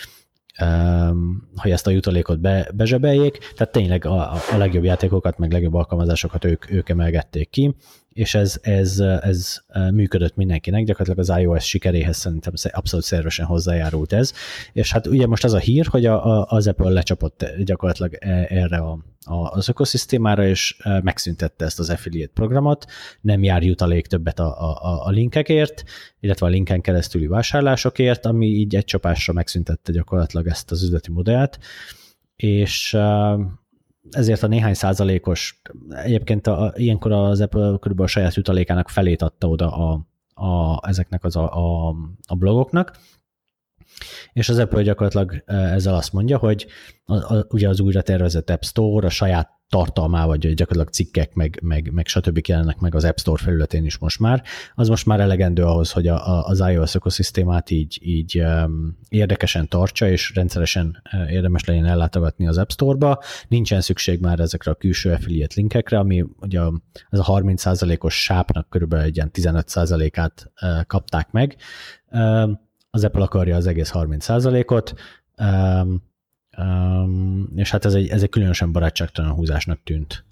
hogy ezt a jutalékot be, bezsebeljék, tehát tényleg a, a legjobb játékokat, meg legjobb alkalmazásokat ők, ők emelgették ki, és ez, ez, ez működött mindenkinek, gyakorlatilag az iOS sikeréhez szerintem abszolút szervesen hozzájárult ez, és hát ugye most az a hír, hogy a, a, az Apple lecsapott gyakorlatilag erre a, a, az ökoszisztémára, és megszüntette ezt az affiliate programot, nem jár jutalék többet a, a, a linkekért, illetve a linken keresztüli vásárlásokért, ami így egy csapásra megszüntette gyakorlatilag ezt az üzleti modellt, és ezért a néhány százalékos, egyébként a, ilyenkor az Apple kb. A saját jutalékának felét adta oda a, a, ezeknek az a, a, a blogoknak, és az Apple gyakorlatilag ezzel azt mondja, hogy a, a, ugye az újra tervezett App Store, a saját tartalmá, vagy gyakorlatilag cikkek, meg, meg, meg stb. Jelennek meg az App Store felületén is most már, az most már elegendő ahhoz, hogy a, a, az iOS ökoszisztémát így, így um, érdekesen tartsa, és rendszeresen uh, érdemes legyen ellátogatni az App Store-ba. Nincsen szükség már ezekre a külső affiliate linkekre, ami ugye ez a harminc százalékos sápnak körülbelül egy ilyen tizenöt százalékát uh, kapták meg. Um, az Apple akarja az egész harminc százalékot, um, Um, és hát ez egy, ez egy különösen barátságtalan húzásnak tűnt.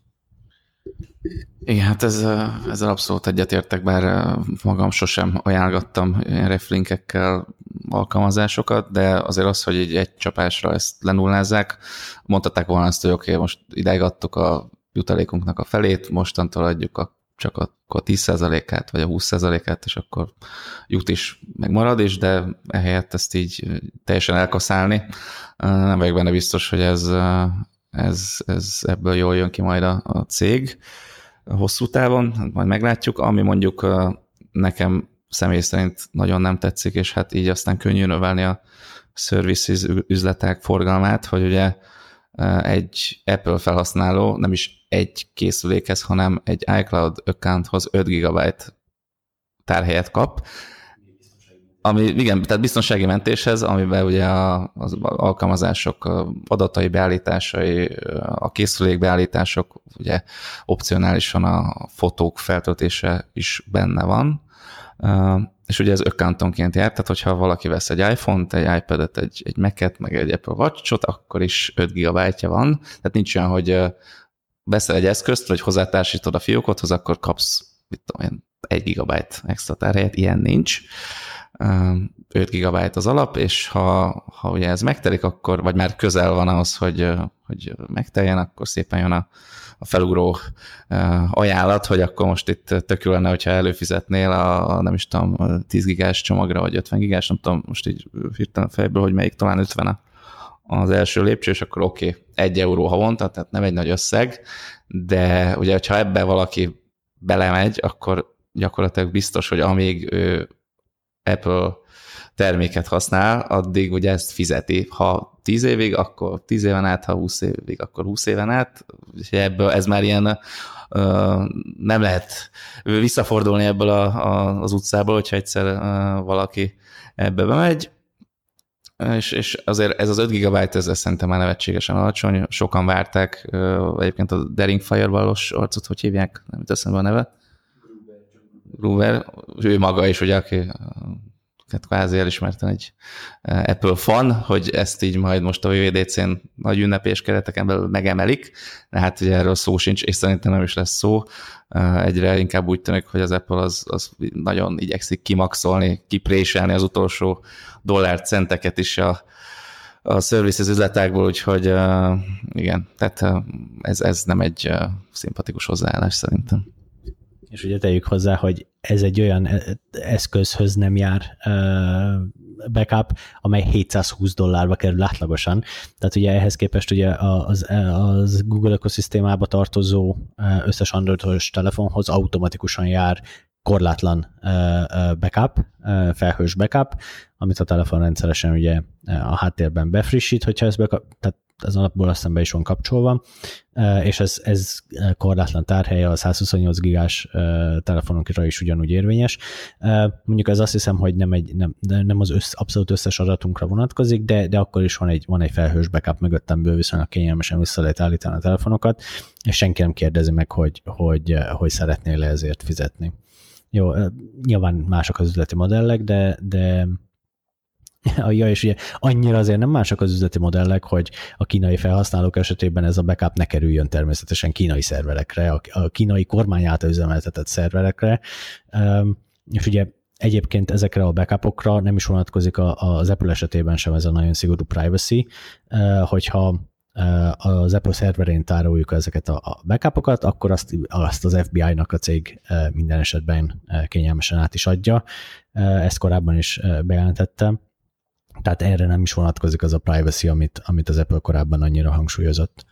Igen, hát ez, ezzel abszolút egyetértek, bár magam sosem ajánlgattam ilyen reflinkekkel alkalmazásokat, de azért az, hogy egy, egy csapásra ezt lenullázzák, mondhatták volna azt, hogy oké, okay, most ideig adtuk a jutalékunknak a felét, mostantól adjuk a, csak a, a tíz százalékát, vagy a húsz százalékát, és akkor jut is megmarad is, de ehelyett ezt így teljesen elkaszálni. Nem vagyok benne biztos, hogy ez, ez, ez ebből jól jön ki majd a, a cég hosszú távon, majd meglátjuk. Ami mondjuk nekem személy szerint nagyon nem tetszik, és hát így aztán könnyű növelni a services üzletek forgalmát, hogy ugye egy Apple felhasználó nem is egy készülékhez, hanem egy iCloud accounthoz öt gigabyte tárhelyet kap, ami igen, tehát biztonsági mentéshez, amiben ugye az alkalmazások adatai beállításai, a készülék beállítások, ugye opcionálisan a fotók feltöltése is benne van, és ugye ez accountonként jár, tehát hogyha valaki vesz egy iPhone-t, egy iPad-et, egy, egy Mac-et, meg egy Apple Watch-ot, akkor is öt gigabyte-ja van, tehát nincs olyan, hogy veszel egy eszközt, vagy hozzátársítod a fiókodhoz, akkor kapsz, mit tudom én, egy gigabyte extra tárhelyet, ilyen nincs. öt gigabyte az alap, és ha, ha ugye ez megtelik, akkor, vagy már közel van ahhoz, hogy, hogy megteljen, akkor szépen jön a, a felugró ajánlat, hogy akkor most itt tök jó lenne, hogyha előfizetnél a, nem is tudom, tíz gigás csomagra, vagy ötven gigás, nem tudom, most így hirtelen fejből, hogy melyik, talán ötven az első lépcső, és akkor oké, okay, egy euró havonta, tehát nem egy nagy összeg, de ugye, hogyha ebbe valaki belemegy, akkor gyakorlatilag biztos, hogy amíg ő Apple terméket használ, addig ugye ezt fizeti. Ha tíz évig, akkor tíz éven át, ha húsz évig, akkor húsz éven át. Ebből ez már ilyen uh, nem lehet visszafordulni ebből a, a, az utcából, hogyha egyszer uh, valaki ebbe bemegy. És, és azért ez az öt gigabyte, ez, ez szerintem már nevetségesen alacsony. Sokan várták, uh, egyébként a Daring Firewall-os arcot, hogy hívják, nem jut eszembe a neve. Gruber, ő maga is, ugye, aki hát kvázi elismerten egy Apple fan, hogy ezt így majd most a vé vé dé cén nagy ünnepés kereteken belül megemelik, de hát ugye erről szó sincs, és szerintem nem is lesz szó. Egyre inkább úgy tűnik, hogy az Apple az, az nagyon igyekszik kimaxolni, kipréselni az utolsó dollár centeket is a, a services üzletákból, úgyhogy igen, tehát ez, ez nem egy szimpatikus hozzáállás szerintem. És ugye tegyük hozzá, hogy ez egy olyan eszközhöz nem jár backup, amely hétszázhúsz dollárba kerül átlagosan. Tehát ugye ehhez képest ugye az, az Google ökoszisztémába tartozó összes Androidos telefonhoz automatikusan jár korlátlan backup, felhős backup, amit a telefon rendszeresen ugye a háttérben befrissít, hogyha ez backup, tehát ez alapból aztán be is van kapcsolva, és ez, ez korlátlan tárhelye a százhuszonnyolc gigás telefonokra is ugyanúgy érvényes. Mondjuk ez azt hiszem, hogy nem, egy, nem, nem az össz, abszolút összes adatunkra vonatkozik, de, de akkor is van egy, van egy felhős backup mögöttemből, viszonylag kényelmesen vissza lehet állítani a telefonokat, és senki nem kérdezi meg, hogy, hogy, hogy szeretnél ezért fizetni. Jó, nyilván mások az üzleti modellek, de, de ja, és ugye annyira azért nem mások az üzleti modellek, hogy a kínai felhasználók esetében ez a backup ne kerüljön természetesen kínai szerverekre, a kínai kormány által üzemeltetett szerverekre, és ugye egyébként ezekre a backupokra nem is vonatkozik az Apple esetében sem ez a nagyon szigorú privacy, hogyha az Apple szerverén tároljuk ezeket a backupokat, akkor azt, azt az ef bé i-nak a cég minden esetben kényelmesen át is adja. Ezt korábban is bejelentettem. Tehát erre nem is vonatkozik az a privacy, amit, amit az Apple korábban annyira hangsúlyozott.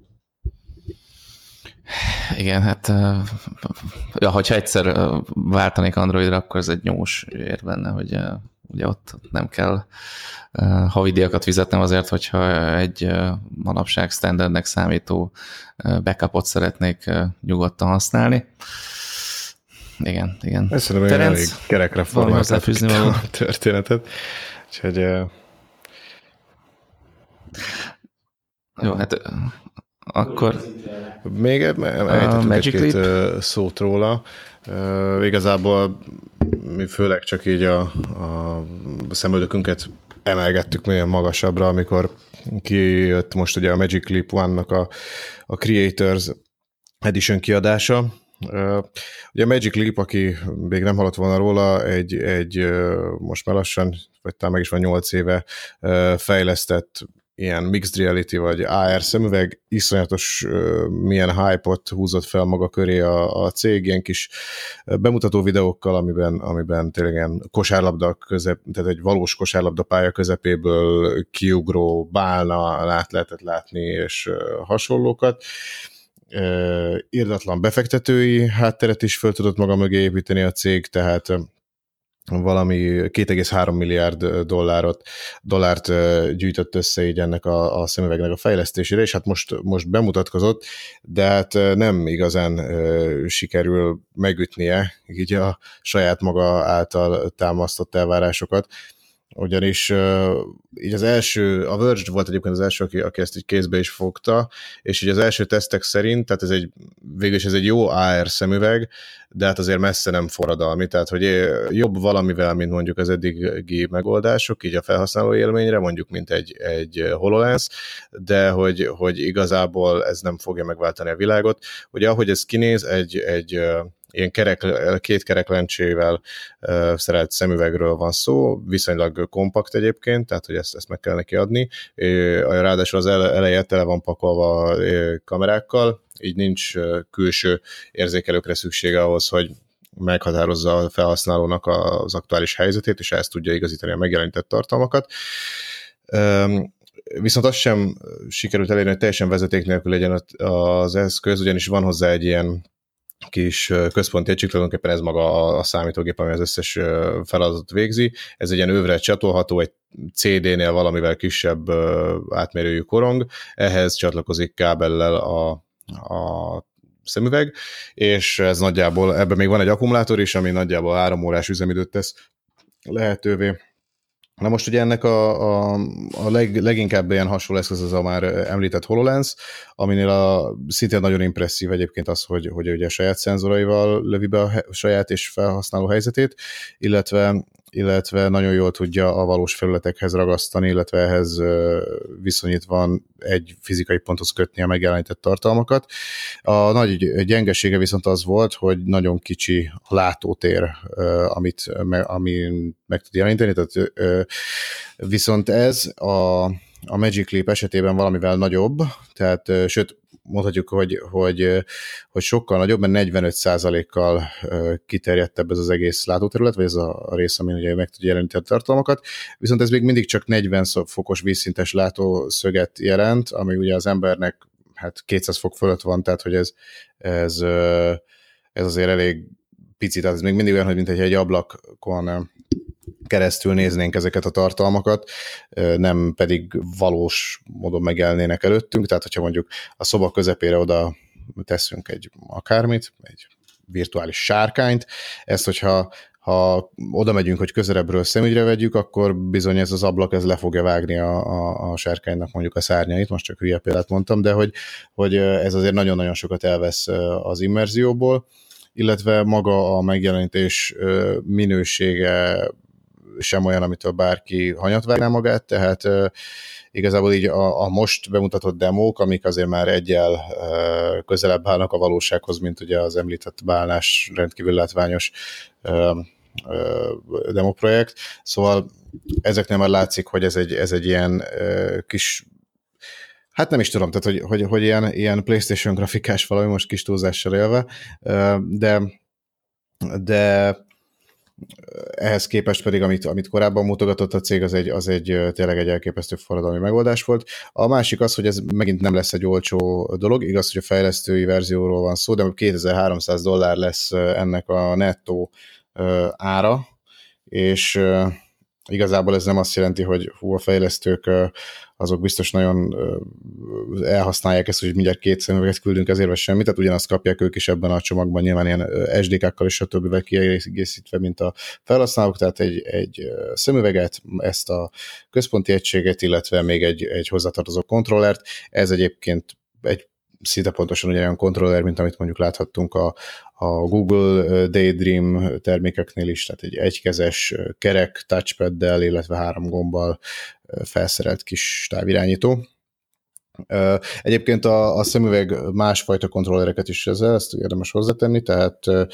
Igen, hát ja, hogyha egyszer váltanék Androidra, akkor ez egy nyomós ér benne, hogy ugye ott nem kell uh, havidíjakat fizetnem azért, hogyha egy uh, manapság standardnek számító uh, backupot szeretnék uh, nyugodtan használni. Igen, igen. Ez szerintem elég kerekre formálták a történetet. Úgyhogy... Uh... Jó, hát akkor... Még ejtettünk egy-két szót róla. Uh, igazából mi főleg csak így a, a szemöldökünket emelgettük nagyon magasabbra, amikor kijött most ugye a Magic Leap One-nak a, a Creators Edition kiadása. Uh, ugye a Magic Leap, aki még nem hallott volna róla, egy, egy uh, most már lassan, vagy talán meg is van nyolc éve uh, fejlesztett ilyen mixed reality vagy á er szemüveg, iszonyatos uh, milyen hype-ot húzott fel maga köré a, a cég, ilyen kis bemutató videókkal, amiben, amiben tényleg ilyen kosárlabda közep, tehát egy valós kosárlabda pálya közepéből kiugró bálna lát lehetett látni, és uh, hasonlókat. Uh, irdatlan befektetői hátteret is föl tudott maga mögé építeni a cég, tehát uh, valami két egész három milliárd dollárot, dollárt gyűjtött össze így ennek a, a szemüvegnek a fejlesztésére, és hát most, most bemutatkozott, de hát nem igazán uh, sikerül megütnie így a saját maga által támasztott elvárásokat, ugyanis uh, így az első, a Verge volt egyébként az első, aki, aki ezt így kézbe is fogta, és így az első tesztek szerint, tehát ez egy, végülis ez egy jó á er szemüveg, de hát azért messze nem forradalmi, tehát hogy jobb valamivel, mint mondjuk az eddigi megoldások, így a felhasználó élményre, mondjuk mint egy, egy HoloLens, de hogy, hogy igazából ez nem fogja megváltani a világot. Ugye ahogy ez kinéz, egy, egy ilyen kerek, két kereklencsével uh, szerelt szemüvegről van szó, viszonylag kompakt egyébként, tehát hogy ezt, ezt meg kell neki adni. Ráadásul az eleje tele van pakolva kamerákkal, így nincs külső érzékelőkre szüksége ahhoz, hogy meghatározza a felhasználónak az aktuális helyzetét, és ezt tudja igazítani a megjelenített tartalmakat. Um, Viszont azt sem sikerült elérni, hogy teljesen vezeték nélkül legyen az eszköz, ugyanis van hozzá egy ilyen kis központi egység, tulajdonképpen ez maga a számítógép, ami az összes feladatot végzi. Ez egy ilyen övre csatolható, egy cé dé-nél valamivel kisebb átmérőjű korong, ehhez csatlakozik kábellel a, a szemüveg, és ez nagyjából, ebben még van egy akkumulátor is, ami nagyjából három órás üzemidőt tesz lehetővé. Na most ugye ennek a, a, a leg, leginkább ilyen hasonló eszköz az a már említett HoloLens, aminél a, szintén nagyon impresszív egyébként az, hogy, hogy ugye a saját szenzoraival lövi be a, a saját és felhasználó helyzetét, illetve, illetve nagyon jól tudja a valós felületekhez ragasztani, illetve ehhez viszonyítva egy fizikai ponthoz kötni a megjelenített tartalmakat. A nagy gyengesége viszont az volt, hogy nagyon kicsi a látótér, amit, ami meg tud jelenteni, tehát viszont ez a, a Magic Leap esetében valamivel nagyobb, tehát sőt, mondhatjuk, hogy, hogy, hogy sokkal nagyobb, mert negyvenöt százalékkal kiterjedtebb ez az egész látóterület, vagy ez a rész, amin ugye meg tudja jeleníteni a tartalmakat, viszont ez még mindig csak negyven fokos vízszintes látószöget jelent, ami ugye az embernek hát kétszáz fok fölött van, tehát hogy ez, ez, ez azért elég pici, tehát ez még mindig olyan, hogy mint egy, egy ablakon keresztül néznénk ezeket a tartalmakat, nem pedig valós módon megjelennének előttünk, tehát hogyha mondjuk a szoba közepére oda teszünk egy akármit, egy virtuális sárkányt, ezt hogyha ha oda megyünk, hogy közelebbről szemügyre vegyük, akkor bizony ez az ablak ez le fogja vágni a, a, a sárkánynak mondjuk a szárnyait, most csak hülye példát mondtam, de hogy, hogy ez azért nagyon-nagyon sokat elvesz az immerzióból, illetve maga a megjelenítés minősége sem olyan, amitől bárki hanyat vágná magát, tehát uh, igazából így a, a most bemutatott demók, amik azért már egyel uh, közelebb állnak a valósághoz, mint ugye az említett bálnás rendkívül látványos uh, uh, demoprojekt, szóval ezeknél már látszik, hogy ez egy, ez egy ilyen uh, kis, hát nem is tudom, tehát hogy, hogy, hogy ilyen, ilyen PlayStation grafikás valami, most kis túlzással élve, uh, de de ehhez képest pedig, amit, amit korábban mutogatott a cég, az egy, az egy tényleg egy elképesztő forradalmi megoldás volt. A másik az, hogy ez megint nem lesz egy olcsó dolog, igaz, hogy a fejlesztői verzióról van szó, de kétezer-háromszáz dollár lesz ennek a nettó ára, és Igazából ez nem azt jelenti, hogy hú, a fejlesztők azok biztos nagyon elhasználják ezt, hogy mindjárt két szemüveget küldünk ezért, vagy semmit, tehát ugyanazt kapják ők is ebben a csomagban, nyilván ilyen es dé ká-kkal és a többivel kiegészítve, mint a felhasználók, tehát egy, egy szemüveget, ezt a központi egységet, illetve még egy, egy hozzátartozó kontrollert. Ez egyébként egy szinte pontosan ugyanolyan kontroller, mint amit mondjuk láthattunk a, a Google Daydream termékeknél is, tehát egy egykezes kerek touchpaddel, illetve három gombbal felszerelt kis távirányító. Egyébként a, a szemüveg másfajta kontrollereket is ezzel, ezt érdemes hozzátenni, tehát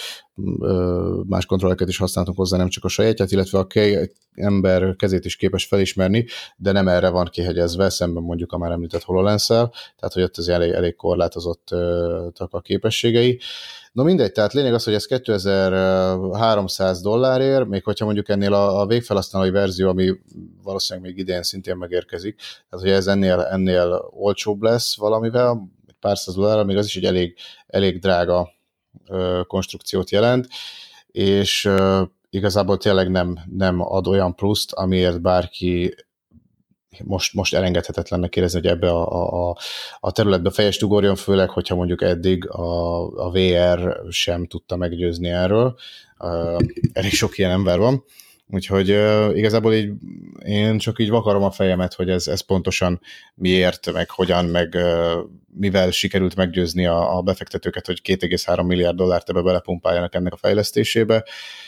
más kontrollereket is használtunk hozzá, nem csak a sajátját, illetve a ember kezét is képes felismerni, de nem erre van kihegyezve, szemben mondjuk a már említett HoloLens-szel, tehát hogy ott ez elég, elég korlátozottak a képességei. No mindegy, tehát lényeg az, hogy ez kétezer-háromszáz dollárért, még hogyha mondjuk ennél a, a végfelhasználói verzió, ami valószínűleg még idén szintén megérkezik, tehát hogy ez ennél, ennél olcsóbb lesz valamivel, pár száz dollárra, még az is egy elég, elég drága ö, konstrukciót jelent, és ö, igazából tényleg nem, nem ad olyan pluszt, amiért bárki most, most elengedhetetlennek érezni, hogy ebbe a, a, a területbe fejest ugorjon, főleg, hogyha mondjuk eddig a, a vé er sem tudta meggyőzni erről. Uh, elég sok ilyen ember van. Úgyhogy uh, igazából így én csak így vakarom a fejemet, hogy ez, ez pontosan miért, meg hogyan, meg uh, mivel sikerült meggyőzni a, a befektetőket, hogy két egész három milliárd dollárt ebbe belepumpáljanak ennek a fejlesztésébe.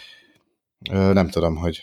Uh, nem tudom, hogy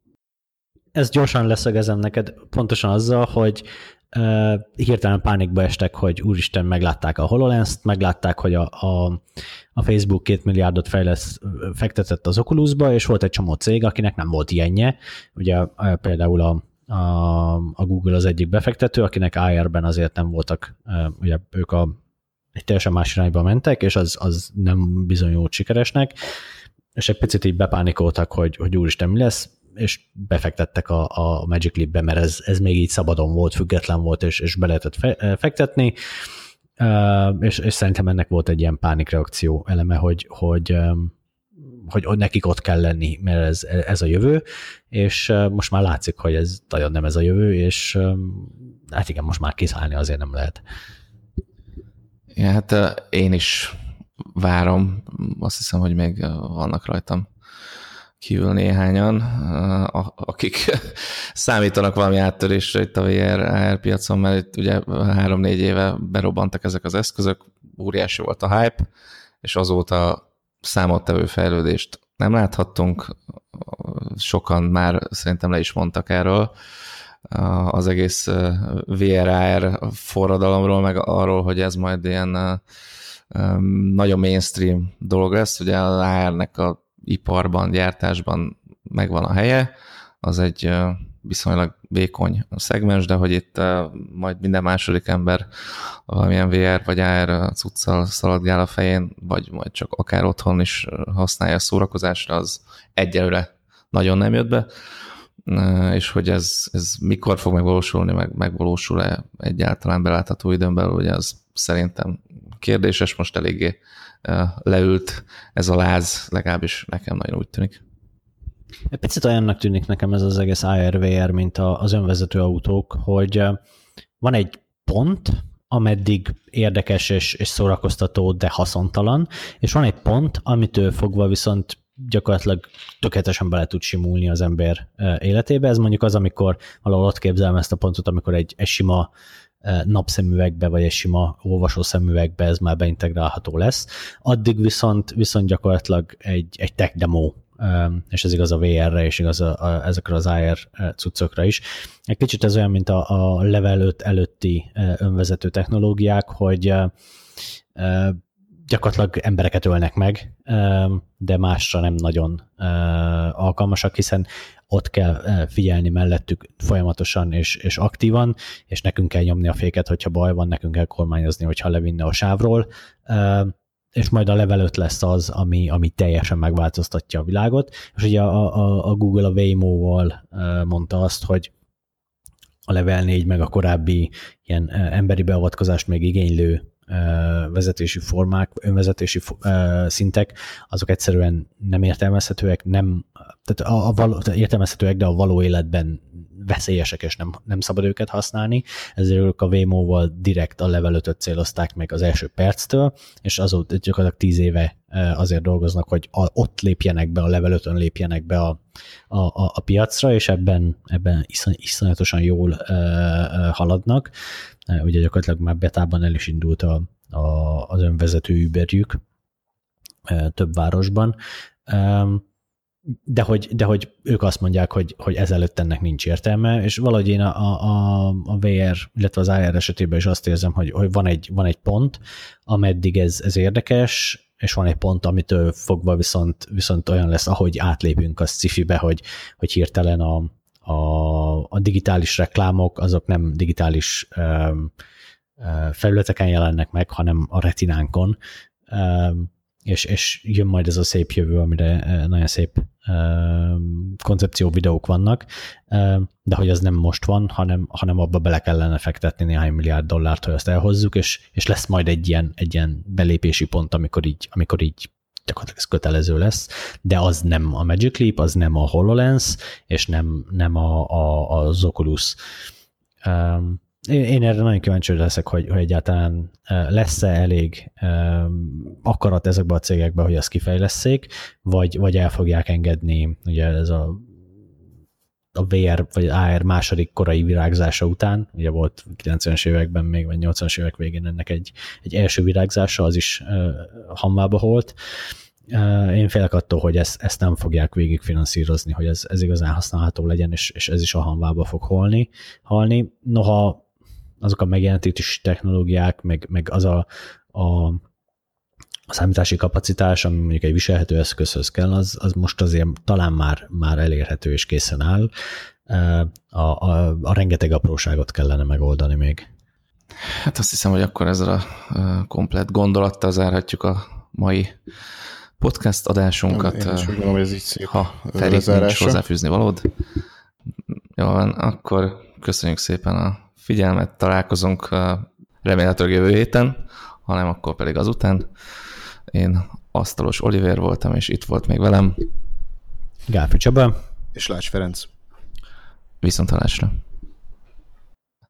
ezt gyorsan leszögezem neked pontosan azzal, hogy uh, hirtelen pánikba estek, hogy úristen, meglátták a HoloLens-t, meglátták, hogy a, a, a Facebook két milliárdot fejlesz, fektetett az Oculusba, és volt egy csomó cég, akinek nem volt ilyenje. Ugye uh, például a, a, a Google az egyik befektető, akinek á er-ben azért nem voltak, uh, ugye ők a, egy teljesen más irányba mentek, és az, az nem bizonyult sikeresnek, és egy picit így bepánikoltak, hogy, hogy úristen, mi lesz, és befektettek a, a Magic Leap-be, mert ez, ez még így szabadon volt, független volt, és, és be lehetett fe, fektetni, uh, és, és szerintem ennek volt egy ilyen pánikreakció eleme, hogy, hogy, um, hogy, hogy nekik ott kell lenni, mert ez, ez a jövő, és uh, most már látszik, hogy ez nagyon nem ez a jövő, és um, hát igen, most már kiszállni azért nem lehet. Ja, hát uh, én is várom, azt hiszem, hogy még vannak rajtam kívül néhányan, akik számítanak valami áttörésre itt a vé er, á er piacon, mert itt ugye három-négy éve berobbantak ezek az eszközök, óriási volt a hype, és azóta számottevő fejlődést nem láthattunk, sokan már szerintem le is mondtak erről, az egész vé er, á er forradalomról, meg arról, hogy ez majd ilyen nagyon mainstream dolog lesz, ugye az á er-nek a iparban, gyártásban megvan a helye, az egy viszonylag vékony szegmens, de hogy itt majd minden második ember valamilyen vé er vagy á er cuccal szaladgál a fején, vagy majd csak akár otthon is használja a szórakozásra, az egyelőre nagyon nem jött be, és hogy ez, ez mikor fog megvalósulni, meg megvalósul-e egyáltalán belátható időn belül, ugye az szerintem kérdéses, most eléggé leült ez a láz, legalábbis nekem nagyon úgy tűnik. Egy picit olyannak tűnik nekem ez az egész á er vé er, mint az önvezető autók, hogy van egy pont, ameddig érdekes és, és szórakoztató, de haszontalan, és van egy pont, amitől fogva viszont gyakorlatilag tökéletesen bele tud simulni az ember életébe. Ez mondjuk az, amikor valahol ott képzelem ezt a pontot, amikor egy, egy sima napszemüvegbe, vagy egy sima olvasószemüvegbe ez már beintegrálható lesz. Addig viszont, viszont gyakorlatilag egy, egy tech demo, és ez igaz a vé er-re, és igaz a, a, ezekre az á er cuccokra is. Egy kicsit ez olyan, mint a, a level öt előtti önvezető technológiák, hogy gyakorlatilag embereket ölnek meg, de másra nem nagyon alkalmasak, hiszen ott kell figyelni mellettük folyamatosan és, és aktívan, és nekünk kell nyomni a féket, hogyha baj van, nekünk kell kormányozni, hogyha levinne a sávról, és majd a level öt lesz az, ami, ami teljesen megváltoztatja a világot. És ugye a, a, a Google a Waymo-val mondta azt, hogy a level négy meg a korábbi ilyen emberi beavatkozást még igénylő vezetési formák, önvezetési szintek, azok egyszerűen nem értelmezhetőek, nem, tehát a, a való, értelmezhetőek, de a való életben veszélyesek, és nem, nem szabad őket használni, ezért ők a Waymo-val direkt a level ötöt célozták meg az első perctől, és azóta gyakorlatilag tíz éve azért dolgoznak, hogy a, ott lépjenek be, a level ötön lépjenek be a, a, a, a piacra, és ebben, ebben iszony, iszonyatosan jól uh, uh, haladnak. Uh, ugye gyakorlatilag már betában el is indult a, a, az önvezető Uberjük uh, több városban. Um, De hogy, de hogy ők azt mondják, hogy, hogy ezelőtt ennek nincs értelme, és valahogy én a, a, a vé er, illetve az á er esetében is azt érzem, hogy, hogy van, egy, van egy pont, ameddig ez, ez érdekes, és van egy pont, amitől fogva viszont, viszont olyan lesz, ahogy átlépünk a sci-fibe, hogy, hogy hirtelen a, a, a digitális reklámok, azok nem digitális um, uh, felületeken jelennek meg, hanem a retinánkon, um, És, és jön majd ez a szép jövő, amire nagyon szép uh, koncepció videók vannak, uh, de hogy az nem most van, hanem, hanem abba bele kellene fektetni néhány milliárd dollárt, hogy azt elhozzuk, és, és lesz majd egy ilyen, egy ilyen belépési pont, amikor így, amikor így gyakorlatilag ez kötelező lesz, de az nem a Magic Leap, az nem a HoloLens, és nem, nem a, a, az Oculus. Um, Én erre nagyon kíváncsi leszek, hogy, hogy egyáltalán lesz-e elég akarat ezekben a cégekben, hogy ezt kifejlesszék, vagy, vagy el fogják engedni, ugye ez a, a vé er vagy á er második korai virágzása után, ugye volt kilencvenes években még, vagy nyolcvanas évek végén ennek egy, egy első virágzása, az is hamvába holt. Én félek attól, hogy ezt, ezt nem fogják végig finanszírozni, hogy ez, ez igazán használható legyen, és, és ez is a hamvába fog holni, halni. Noha azok a megjelentési technológiák, meg, meg az a, a, a számítási kapacitás, ami mondjuk egy viselhető eszközhöz kell, az, az most azért talán már, már elérhető és készen áll. A, a, a rengeteg apróságot kellene megoldani még. Hát azt hiszem, hogy akkor ezzel a komplett gondolattal zárhatjuk a mai podcast adásunkat. Én is úgy gondolom, hogy ez így szép. Ha Feri, nincs hozzáfűzni valód. Jó van, akkor köszönjük szépen a figyelmet, találkozunk remélhetőleg jövő héten, hanem akkor pedig azután. Én Asztalos Oliver voltam, és itt volt még velem Gálfi Csaba és Lács Ferenc. Viszonthallásra.